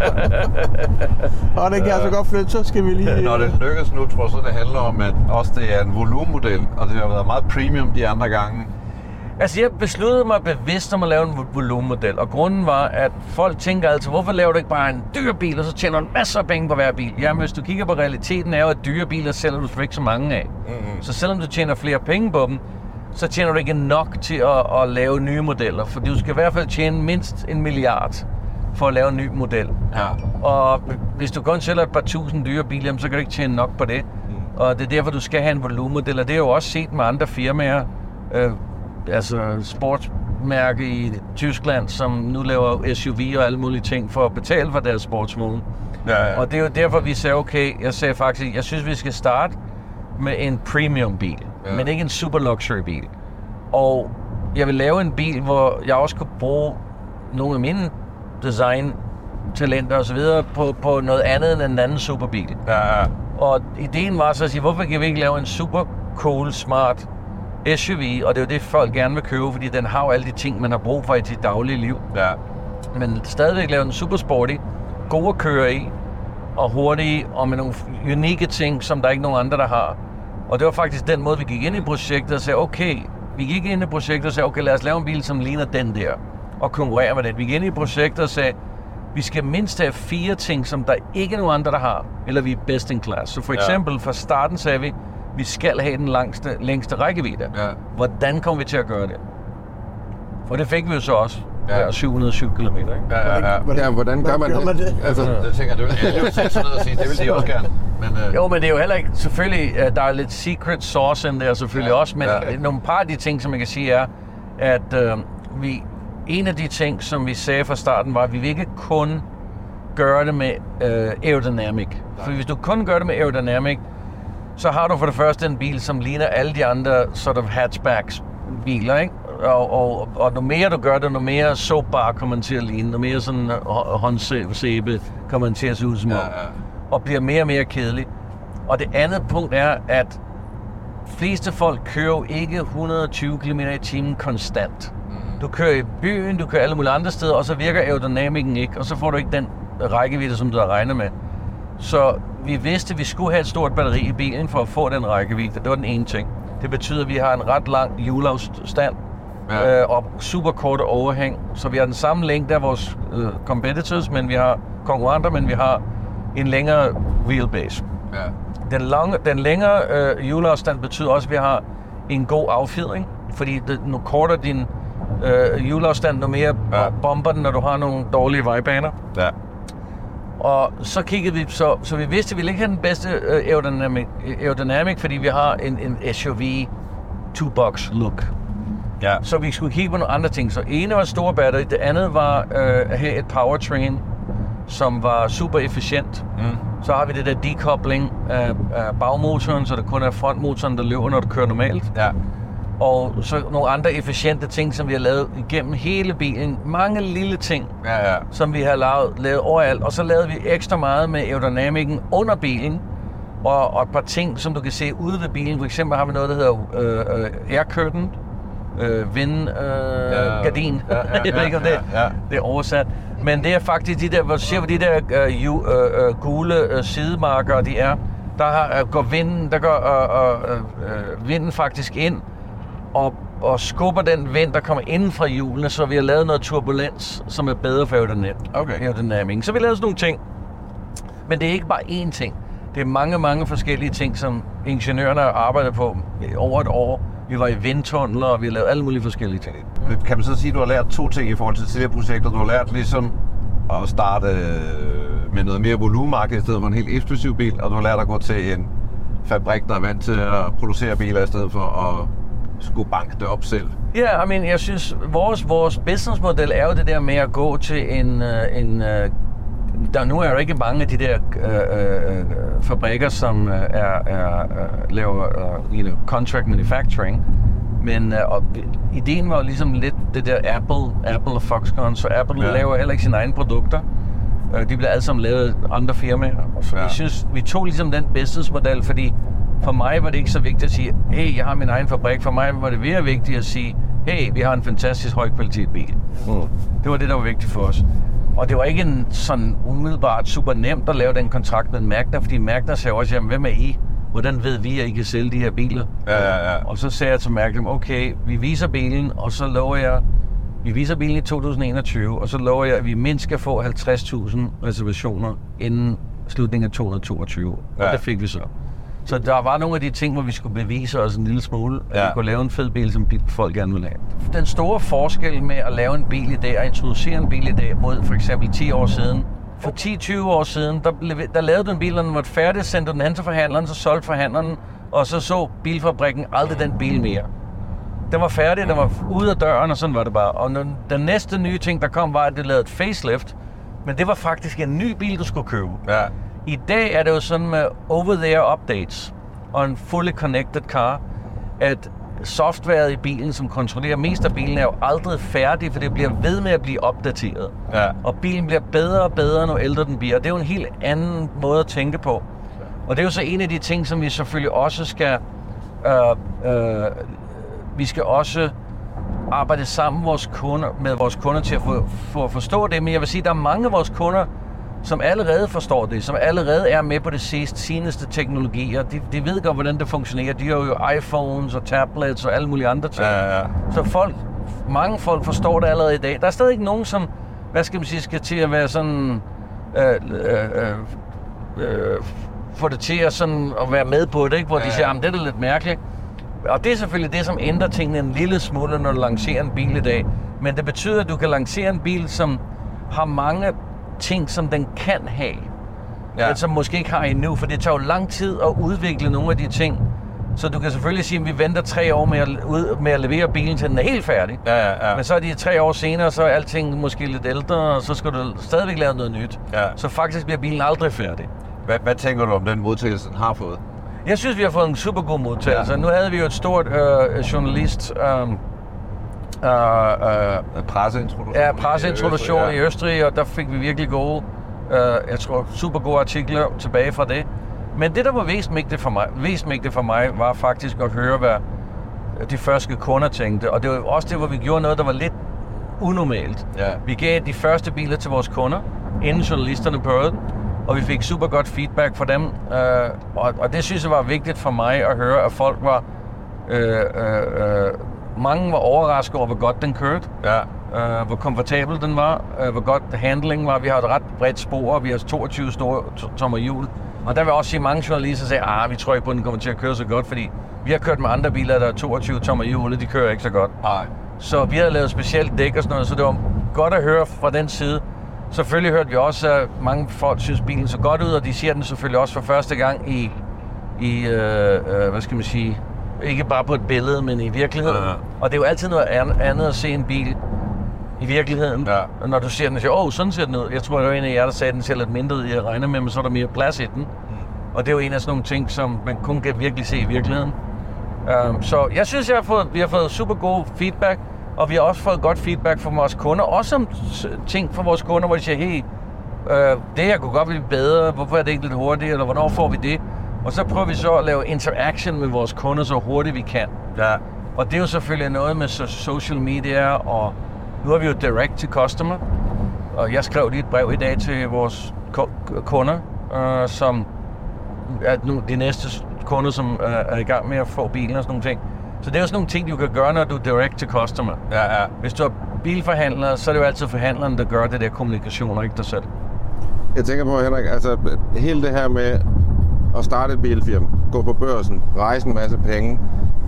Og det kan jeg så godt flytte, så skal vi lige... Når det lykkes nu, tror jeg så, det handler om, at også det er en volumenmodel, og det har været meget premium de andre gange. Altså, jeg besluttede mig bevidst om at lave en volumenmodel, og grunden var, at folk tænker altid, hvorfor laver du ikke bare en dyr bil, og så tjener du masser af penge på hver bil? Jamen, hvis du kigger på realiteten, er jo, at dyre biler sælger du ikke så mange af. Mm-hmm. Så selvom du tjener flere penge på dem, så tjener du ikke nok til at, at lave nye modeller, for du skal i hvert fald tjene mindst en milliard for at lave en ny model. Ja. Og hvis du kun sælger et par tusind dyre biler, så kan du ikke tjene nok på det. Mm. Og det er derfor, du skal have en volumenmodel, og det er jo også set med andre firmaer, øh, altså sportsmærke i Tyskland, som nu laver S U V og alle mulige ting for at betale for deres sportsvogn. Ja, ja. Og det er jo derfor, vi sagde, okay, jeg sagde faktisk, jeg synes, vi skal starte med en premium bil, ja. Men ikke en super luxury bil. Og jeg vil lave en bil, hvor jeg også kunne bruge nogle af mine design-talenter og så videre på, på noget andet end en anden superbil. Ja, ja. Og ideen var så at sige, hvorfor kan vi ikke lave en super cool, smart S U V, og det er jo det, folk gerne vil købe, fordi den har jo alle de ting, man har brug for i sit daglige liv. Ja. Men stadigvæk lave en super sporty, god at køre i, og hurtig, og med nogle unikke ting, som der ikke er nogen andre, der har. Og det var faktisk den måde, vi gik ind i projektet og sagde, okay, vi gik ind i projektet og sagde, okay, lad os lave en bil, som ligner den der, og konkurrere med den. Vi gik ind i projektet og sagde, vi skal mindst have fire ting, som der ikke er nogen andre, der har, eller vi er best in class. Så for eksempel, ja. Fra starten sagde vi, vi skal have den langste, længste rækkevidde. Ja. Hvordan kommer vi til at gøre det? For det fik vi jo så også. Ja, syv hundrede og syv kilometer, ikke? Ja, ja, ja. Hvordan, ja, hvordan gør man, man det? det? Altså, ja. Det tænker jeg, det vil jeg sætte sådan noget og sige, det vil de også gerne. Men, uh... Jo, men det er jo heller ikke, selvfølgelig, der er lidt secret sauce in der selvfølgelig ja. Også, men ja. Nogle par af de ting, som jeg kan sige, er, at øh, vi, en af de ting, som vi sagde fra starten, var, at vi vil ikke kun gøre det med øh, aerodynamic. For hvis du kun gør det med aerodynamic, så har du for det første en bil, som ligner alle de andre sort of hatchbacks biler, ikke? Og, og, og nu mere du gør det, nu mere soapbar kommer man til at ligne, nu mere sådan håndsæbe kommer man til at se ud som om, ja, ja. Og bliver mere og mere kedelig. Og det andet punkt er, at fleste folk kører jo ikke et hundrede og tyve kilometer i timen konstant. Du kører i byen, du kører alle mulige andre steder, og så virker aerodynamikken ikke, og så får du ikke den rækkevidde, som du har regnet med. Så vi vidste, at vi skulle have et stort batteri i bilen for at få den rækkevidde. Det var den ene ting. Det betyder, at vi har en ret lang hjulafstand, ja. øh, og super korte overhæng. Så vi har den samme længde af vores øh, competitors, men vi har konkurrenter, men vi har en længere wheelbase. Ja. Den, lange, den længere øh, hjulafstand betyder også, at vi har en god affjedring, fordi det, nu korter din øh, hjulafstand, nu mere ja. Bomber den, når du har nogle dårlige vejbaner. Ja. Og så kiggede vi, så, så vi vidste, at vi ville ikke have den bedste øh, aerodynamic, aerodynamic, fordi vi har en, en S U V two-box look. Ja. Så vi skulle kigge på nogle andre ting. Så ene var store batteri, det andet var øh, at have et powertrain, som var super efficient. Mm. Så har vi det der decoupling af, af bagmotoren, så det kun er frontmotoren, der løber, når du kører normalt. Ja. Og så nogle andre efficiente ting, som vi har lavet igennem hele bilen. Mange lille ting, ja, ja. Som vi har lavet, lavet overalt. Og så lavede vi ekstra meget med aerodynamikken under bilen. Og, og et par ting, som du kan se ude ved bilen. For eksempel har vi noget, der hedder øh, øh, air curtain. Øh, vind, øh, ja, gardin. Ja, ja, ja, jeg ved ikke, om det, ja, ja. Det er oversat. Men det er faktisk de der, hvor du ser, hvor de der øh, øh, øh, gule øh, sidemarker, de er. Der har, øh, går vinden, der går øh, øh, vinden faktisk ind. Og, og skubber den vind, der kommer inden fra hjulene, så vi har lavet noget turbulens, som er bedre for aerodynamikken. Okay. Så vi har lavet sådan nogle ting. Men det er ikke bare én ting. det er mange, mange forskellige ting, som ingeniørerne har arbejdet på over et år. Vi var i vindtunneler, og vi har lavet alle mulige forskellige ting. Kan man så sige, at du har lært to ting i forhold til tidligere projekter? Du har lært ligesom at starte med noget mere volumenmarked i stedet for en helt eksklusiv bil, og du har lært at gå til en fabrik, der er vant til at producere biler i stedet for at skulle banke det op selv. Ja, yeah, I mean, jeg synes, vores, vores businessmodel er jo det der med at gå til en... en der, nu er der ikke mange af de der øh, øh, fabrikker, som er, er, øh, laver øh, you know, contract manufacturing. Men øh, og, ideen var jo ligesom lidt det der Apple, Apple og Foxconn, så Apple ja. laver heller ikke sine egne produkter. De bliver alle sammen lavet af andre firmaer. Så ja. vi synes, vi tog ligesom den businessmodel, fordi for mig var det ikke så vigtigt at sige, hey, jeg har min egen fabrik. For mig var det virkelig vigtigt at sige, hey, vi har en fantastisk højkvalitet bil. Mm. Det var det, der var vigtigt for os. Og det var ikke en sådan umiddelbart super nemt at lave den kontrakt med Magna, fordi Magna sagde også, jamen, hvem er I? Hvordan ved vi, at I kan sælge de her biler? Ja, ja, ja. Og så sagde jeg til Magna, okay, vi viser bilen, og så lover jeg, vi viser bilen i to tusind enogtyve, og så lover jeg, at vi mindst skal få halvtreds tusind reservationer inden slutningen af to tusind toogtyve. Ja. Og det fik vi så. Så der var nogle af de ting, hvor vi skulle bevise os en lille smule, at ja. vi kunne lave en fed bil, som folk gerne ville have. Den store forskel med at lave en bil i dag og introducere en bil i dag mod for eksempel ti år siden. For ti til tyve år siden, der, der lavede du en bil, og den var færdig, sendte den hen til forhandleren, så solgte forhandleren, og så så bilfabrikken aldrig den bil mere. Den var færdig, den var ude af døren, og sådan var det bare. Og den næste nye ting, der kom, var, at det lavede et facelift, men det var faktisk en ny bil, du skulle købe. Ja. I dag er det jo sådan med over-the-air updates og en fully connected car, at softwaret i bilen, som kontrollerer mest af bilen, er jo aldrig færdig, for det bliver ved med at blive opdateret. Ja. Og bilen bliver bedre og bedre, når ældre den bliver. Og det er jo en helt anden måde at tænke på. Og det er jo så en af de ting, som vi selvfølgelig også skal... Øh, øh, vi skal også arbejde sammen vores kunder, med vores kunder til at få, få at forstå det. Men jeg vil sige, at der er mange af vores kunder, som allerede forstår det, som allerede er med på det seneste teknologier. De, de ved godt, hvordan det fungerer. De har jo iPhones og tablets og alle mulige andre ting. Ja, ja. Så folk, mange folk forstår det allerede i dag. Der er stadig ikke nogen, som, hvad skal man sige, skal til at være sådan... Øh, øh, øh, få det til at, sådan, at være med på det, ikke? Hvor ja, ja. de siger, at det er da lidt mærkeligt. Og det er selvfølgelig det, som ændrer tingene en lille smule, når du lancerer en bil i dag. Men det betyder, at du kan lancere en bil, som har mange ting, som den kan have. Ja. Men som måske ikke har endnu, for det tager jo lang tid at udvikle nogle af de ting. Så du kan selvfølgelig sige, at vi venter tre år med at, ud, med at levere bilen, til den er helt færdig. Ja, ja, ja. Men så er de tre år senere, så er alting måske lidt ældre, og så skal du stadigvæk lave noget nyt. Ja. Så faktisk bliver bilen aldrig færdig. Hvad, hvad tænker du om den modtagelse, den har fået? Jeg synes, vi har fået en super god modtagelse. Ja. Nu havde vi jo et stort øh, journalist... Øh, øh, øh, presseintroduktion. Ja, presseintroduktion i Østrig, ja. i Østrig, og der fik vi virkelig gode, øh, jeg tror, super gode artikler tilbage fra det. Men det, der var væsentligt vigtigt for mig, væsentligt for mig, var faktisk at høre, hvad de første kunder tænkte. Og det var også det, hvor vi gjorde noget, der var lidt unormalt. Ja. Vi gav de første biler til vores kunder, inden journalisterne prøvede den. Og vi fik super godt feedback fra dem, øh, og, og det synes jeg var vigtigt for mig at høre, at folk var, øh, øh, mange var overrasket over, hvor godt den kørte, ja. øh, hvor komfortabel den var, øh, hvor godt handling var. Vi har et ret bredt spor, og vi har toogtyve store tommer hjul. Og der vil også sige, mange journalister sagde, ah, vi tror ikke på, at den kommer til at køre så godt, fordi vi har kørt med andre biler, der er toogtyve tommer hjul, og de kører ikke så godt. Nej. Så vi havde lavet specielt dæk og sådan noget, så det var godt at høre fra den side. Selvfølgelig hørte vi også, at mange folk synes, bilen så godt ud, og de siger den selvfølgelig også for første gang i, i øh, øh, hvad skal man sige, ikke bare på et billede, men i virkeligheden. Ja, ja. Og det er jo altid noget andet at se en bil i virkeligheden. Ja. Når du ser den og siger, åh, oh, sådan ser den ud. Jeg tror, det var en af jer, der sagde, at den ser lidt mindre ud, jeg regner med, men så er der mere plads i den. Mm. Og det er jo en af sådan nogle ting, som man kun kan virkelig se i virkeligheden. Um, så jeg synes, jeg har fået, vi har fået super god feedback. Og vi har også fået godt feedback fra vores kunder, også om ting fra vores kunder, hvor de siger, hey, øh, det her kunne godt blive bedre, hvorfor er det ikke lidt hurtigt, eller hvornår får vi det? Og så prøver vi så at lave interaction med vores kunder så hurtigt vi kan. Ja. Og det er jo selvfølgelig noget med social media, og nu har vi jo direct to customer. Og jeg skrev lige et brev i dag til vores kunder, øh, som er nu de næste kunder, som øh, er i gang med at få bilen og sådan nogle ting. Så det er jo sådan nogle ting, du kan gøre, når du er direct to customer. Ja, ja. Hvis du er bilforhandler, så er det jo altid forhandleren, der gør det der kommunikation, og ikke dig selv. Jeg tænker på, Henrik, altså hele det her med at starte et bilfirma, gå på børsen, rejse en masse penge.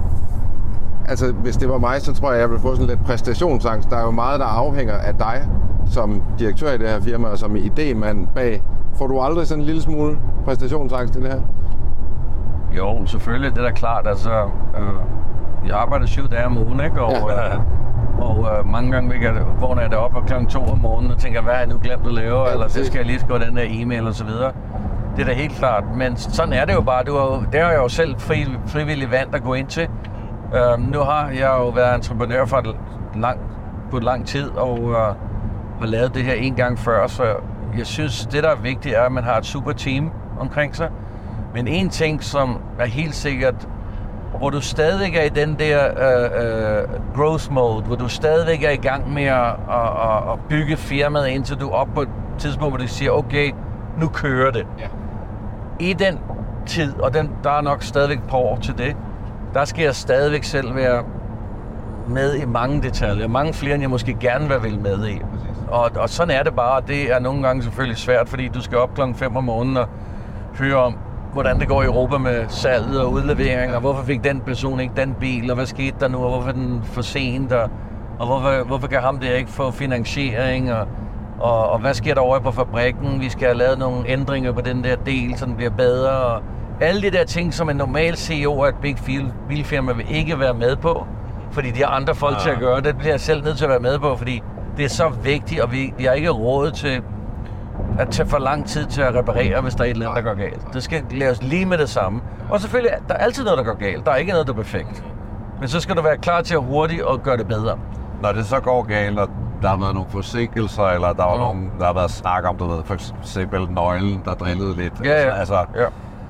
Altså, hvis det var mig, så tror jeg, jeg ville få sådan lidt præstationsangst. Der er jo meget, der afhænger af dig som direktør i det her firma, og som idémand bag. Får du aldrig sådan en lille smule præstationsangst i det her? Jo, selvfølgelig, det er da klart. Altså, øh, jeg arbejder syv dage om ugen, ikke? Og, ja. øh, og øh, mange gange jeg, vågner jeg deroppe klokken to om morgenen og tænker, hvad har jeg nu glemt at lave? Ja, eller så skal jeg lige skrive den der e-mail og så videre. Det er da helt klart. Men sådan er det jo bare. Du har, det har jeg jo selv fri, frivillig valgt at gå ind til. Uh, nu har jeg jo været entreprenør for et lang, på et lang tid, og uh, har lavet det her en gang før, så jeg synes, det der er vigtigt er, at man har et super team omkring sig. Men en ting, som er helt sikkert, hvor du stadig er i den der uh, uh, growth mode, hvor du stadig er i gang med at, at, at bygge firmaet, indtil du er oppe på et tidspunkt, hvor du siger, okay, nu kører det. Ja. I den tid, og den, der er nok stadigvæk et par år til det, der skal jeg stadigvæk selv være med i mange detaljer. Mange flere, end jeg måske gerne vil være med i. Og, og sådan er det bare. Det er nogle gange selvfølgelig svært, fordi du skal op klokken fem om morgenen og høre om, hvordan det går i Europa med salget og udlevering, og hvorfor fik den person ikke den bil, og hvad skete der nu, og hvorfor er den for sent, og, og hvorfor, hvorfor kan ham der ikke få finansiering, og, og, og hvad sker der over på fabrikken? Vi skal have lavet nogle ændringer på den der del, så den bliver bedre, og alle de der ting, som en normal C E O af et big bilfirma vil ikke være med på, fordi de har andre folk ja. til at gøre. Det bliver jeg selv nødt til at være med på, fordi det er så vigtigt, og vi, vi har ikke råd til at tage for lang tid til at reparere, hvis der er et eller andet, der går galt. Det skal laves lige med det samme. Og selvfølgelig, der er altid noget, der går galt. Der er ikke noget, der er perfekt. Men så skal du være klar til at hurtigt og gøre det bedre. Når det så går galt, og der har været nogle forsinkelser, eller der, var mm. nogle, der har været snak om, du ved, for eksempel nøglen, der drillede lidt. Ja, ja. Altså, ja.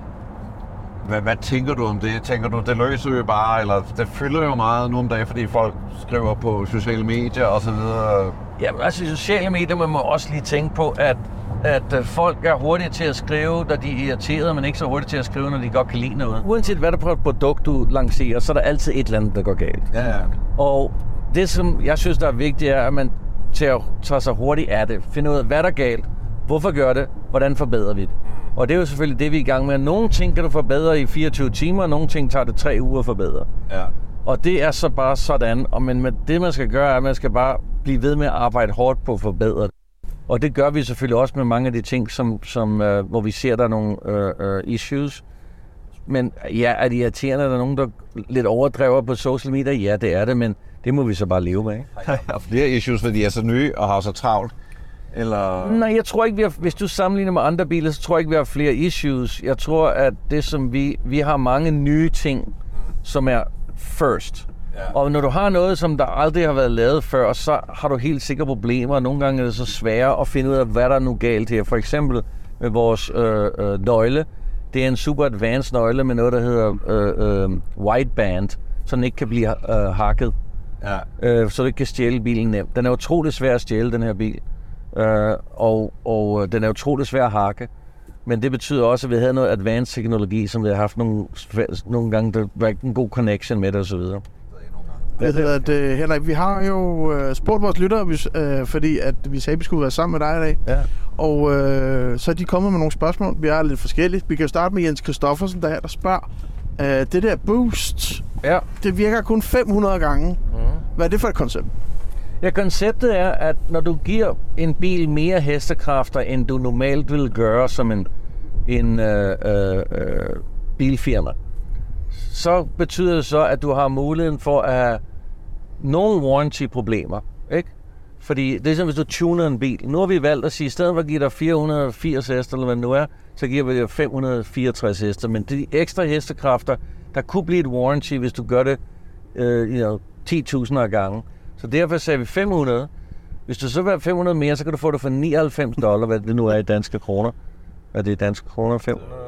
Hvad, hvad tænker du om det? Tænker du, det løser vi bare, eller det fylder jo meget nu om dagen, fordi folk skriver på sociale medier og så videre? Jamen altså i sociale medier må man også lige tænke på, at, at folk er hurtige til at skrive, når de er irriterede, men ikke så hurtige til at skrive, når de godt kan lide noget. Uanset hvad der på et produkt, du lancerer, så er der altid et eller andet, der går galt. Ja, ja. Og det, som jeg synes, der er vigtigt, er, at man tager sig hurtigt af det. Finder ud af, hvad der er galt, hvorfor gør det, hvordan forbedrer vi det. Og det er jo selvfølgelig det, vi er i gang med. Nogle ting kan du forbedre i fireogtyve timer, og nogle ting tager det tre uger at forbedre. Ja. Og det er så bare sådan. Og men det, man skal gøre, er, at man skal bare blive ved med at arbejde hårdt på at forbedre det. Og det gør vi selvfølgelig også med mange af de ting, som, som, uh, hvor vi ser, der er nogle uh, uh, issues. Men ja, er det irriterende, at der er nogen, der lidt overdriver på social media? Ja, det er det, men det må vi så bare leve med, ikke? Der er flere issues, fordi de er så nye og har så travlt. Eller... Nej, jeg tror ikke, vi har, hvis du sammenligner med andre biler, så tror jeg ikke, vi har flere issues. Jeg tror, at det som vi, vi har mange nye ting, som er first. Ja. Og når du har noget, som der aldrig har været lavet før, så har du helt sikkert problemer, og nogle gange er det så svært at finde ud af, hvad der er nu galt her. For eksempel med vores øh, øh, nøgle. Det er en super advanced nøgle med noget, der hedder øh, øh, wideband, så den ikke kan blive øh, hacket. Ja. Øh, så du ikke kan stjæle bilen nemt. Den er utrolig svær at stjæle, den her bil. Uh, og, og den er utrolig svær at hakke. Men det betyder også, at vi havde noget advanced teknologi, som vi har haft nogle, nogle gange, der var ikke en god connection med det og så videre. Ved du, at, uh, Henrik, vi har jo uh, spurgt vores lyttere, uh, fordi at vi sagde, at vi skulle være sammen med dig i dag. Ja. Og uh, så er de kommet med nogle spørgsmål. Vi er lidt forskellige. Vi kan starte med Jens Christoffersen, der er der spørger. Uh, det der boost, ja. det virker kun fem hundrede gange. Mm. Hvad er det for et koncept? Ja, konceptet er, at når du giver en bil mere hestekræfter, end du normalt vil gøre som en, en øh, øh, bilfirma, så betyder det så, at du har muligheden for at have nogle warranty-problemer, ikke? Fordi det er som hvis du tuner en bil. Nu har vi valgt at sige, at i stedet for at give dig fire hundrede og firs heste, eller hvad det nu er, så giver vi dig fem hundrede og fireogtres heste. Men de ekstra hestekræfter, der kunne blive et warranty, hvis du gør det øh, you know, ti tusind af gange. Så derfor sagde vi fem hundrede. Hvis du så vil have fem hundrede mere, så kan du få det for nioghalvfems dollar, hvad det nu er i danske kroner. Hvad er det i danske kroner? fem hundrede?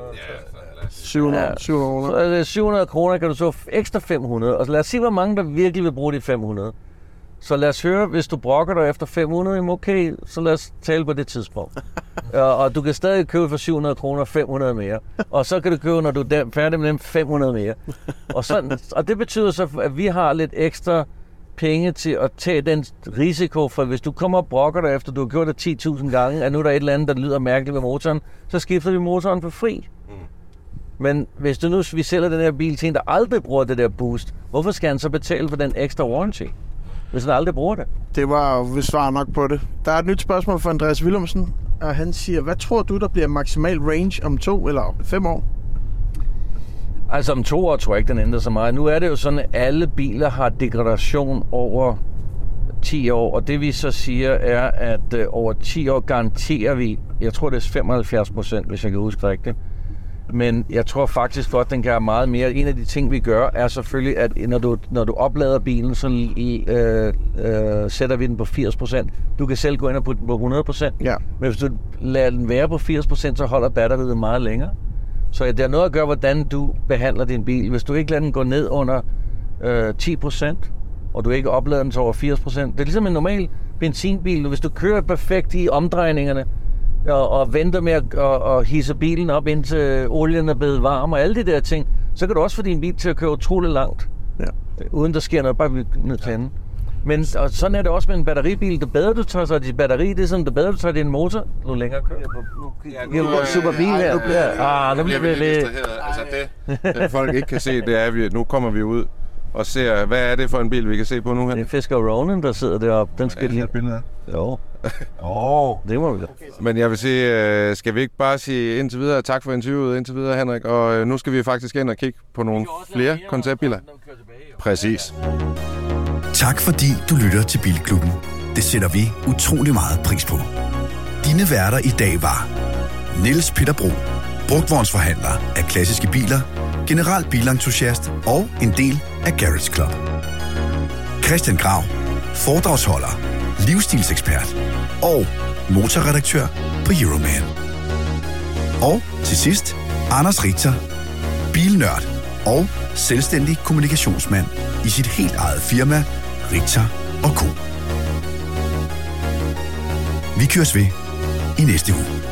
syv hundrede. Ja, syv hundrede. Så syv hundrede kroner kan du så ekstra fem hundrede. Og så lad os se, hvor mange der virkelig vil bruge de fem hundrede. Så lad os høre, hvis du brokker dig efter fem hundrede, jamen okay, så lad os tale på det tidspunkt. og, og du kan stadig købe for syv hundrede kroner fem hundrede mere. Og så kan du købe, når du er færdig med dem, fem hundrede mere. Og, sådan, og det betyder så, at vi har lidt ekstra penge til at tage den risiko, for hvis du kommer og brokker dig efter, du har gjort det ti tusind gange, at nu er der et eller andet, der lyder mærkeligt ved motoren, så skifter vi motoren for fri. Mm. Men hvis du nu vi sælger den her bil til en, der aldrig bruger det der boost, hvorfor skal han så betale for den ekstra warranty, hvis han aldrig bruger det? Det var vi svarer nok på det. Der er et nyt spørgsmål fra Andreas Willumsen, og han siger, hvad tror du, der bliver maksimal range om to eller fem år? Altså om to år tror jeg ikke, den ændrer så meget. Nu er det jo sådan, at alle biler har degradation over ti år, og det vi så siger er, at øh, over ti år garanterer vi, jeg tror det er femoghalvfjerds procent, hvis jeg kan huske rigtigt, men jeg tror faktisk godt, den kan have meget mere. En af de ting, vi gør, er selvfølgelig, at når du, når du oplader bilen, så i, øh, øh, sætter vi den på firs procent. Du kan selv gå ind og putte den på hundrede procent, ja. Men hvis du lader den være på firs procent, så holder batteriet meget længere. Så det har noget at gøre, hvordan du behandler din bil. Hvis du ikke lader den gå ned under øh, ti procent, og du ikke oplader den til over firs procent, det er ligesom en normal benzinbil. Hvis du kører perfekt i omdrejningerne, og, og venter med at og, og hisse bilen op, indtil olien er blevet varm, og alle de der ting, så kan du også få din bil til at køre utrolig langt, ja. Uden der sker noget, bare ned til hende. Men og sådan er det også med en batteribil. Det bedre du tager sig dit batteri, det er sådan, det bedre du tager din motor, nu længere kører. Nu er det super bil her. Ah, nu bliver vi lidt. Altså det, det, folk ikke kan se, det er, at nu kommer vi ud og ser, hvad er det for en bil, vi kan se på nu her? Det er Fisker Ronin, der sidder deroppe. Den skal lige. Jo. Åh, det må vi da. Men jeg vil sige, skal vi ikke bare sige indtil videre, tak for interviewet indtil videre, Henrik, og nu skal vi faktisk ind og kigge på nogle flere konceptbiler. Præcis. Tak fordi du lytter til Bilklubben. Det sætter vi utrolig meget pris på. Dine værter i dag var Niels Peter Bro, brugtvognsforhandler af klassiske biler, general bilentusiast og en del af Garage Club. Christian Grav, foredragsholder, livsstilsekspert og motorredaktør på Euroman. Og til sidst, Anders Richter, bilnørd og selvstændig kommunikationsmand i sit helt eget firma, Richter og Co. Vi køres ved i næste uge.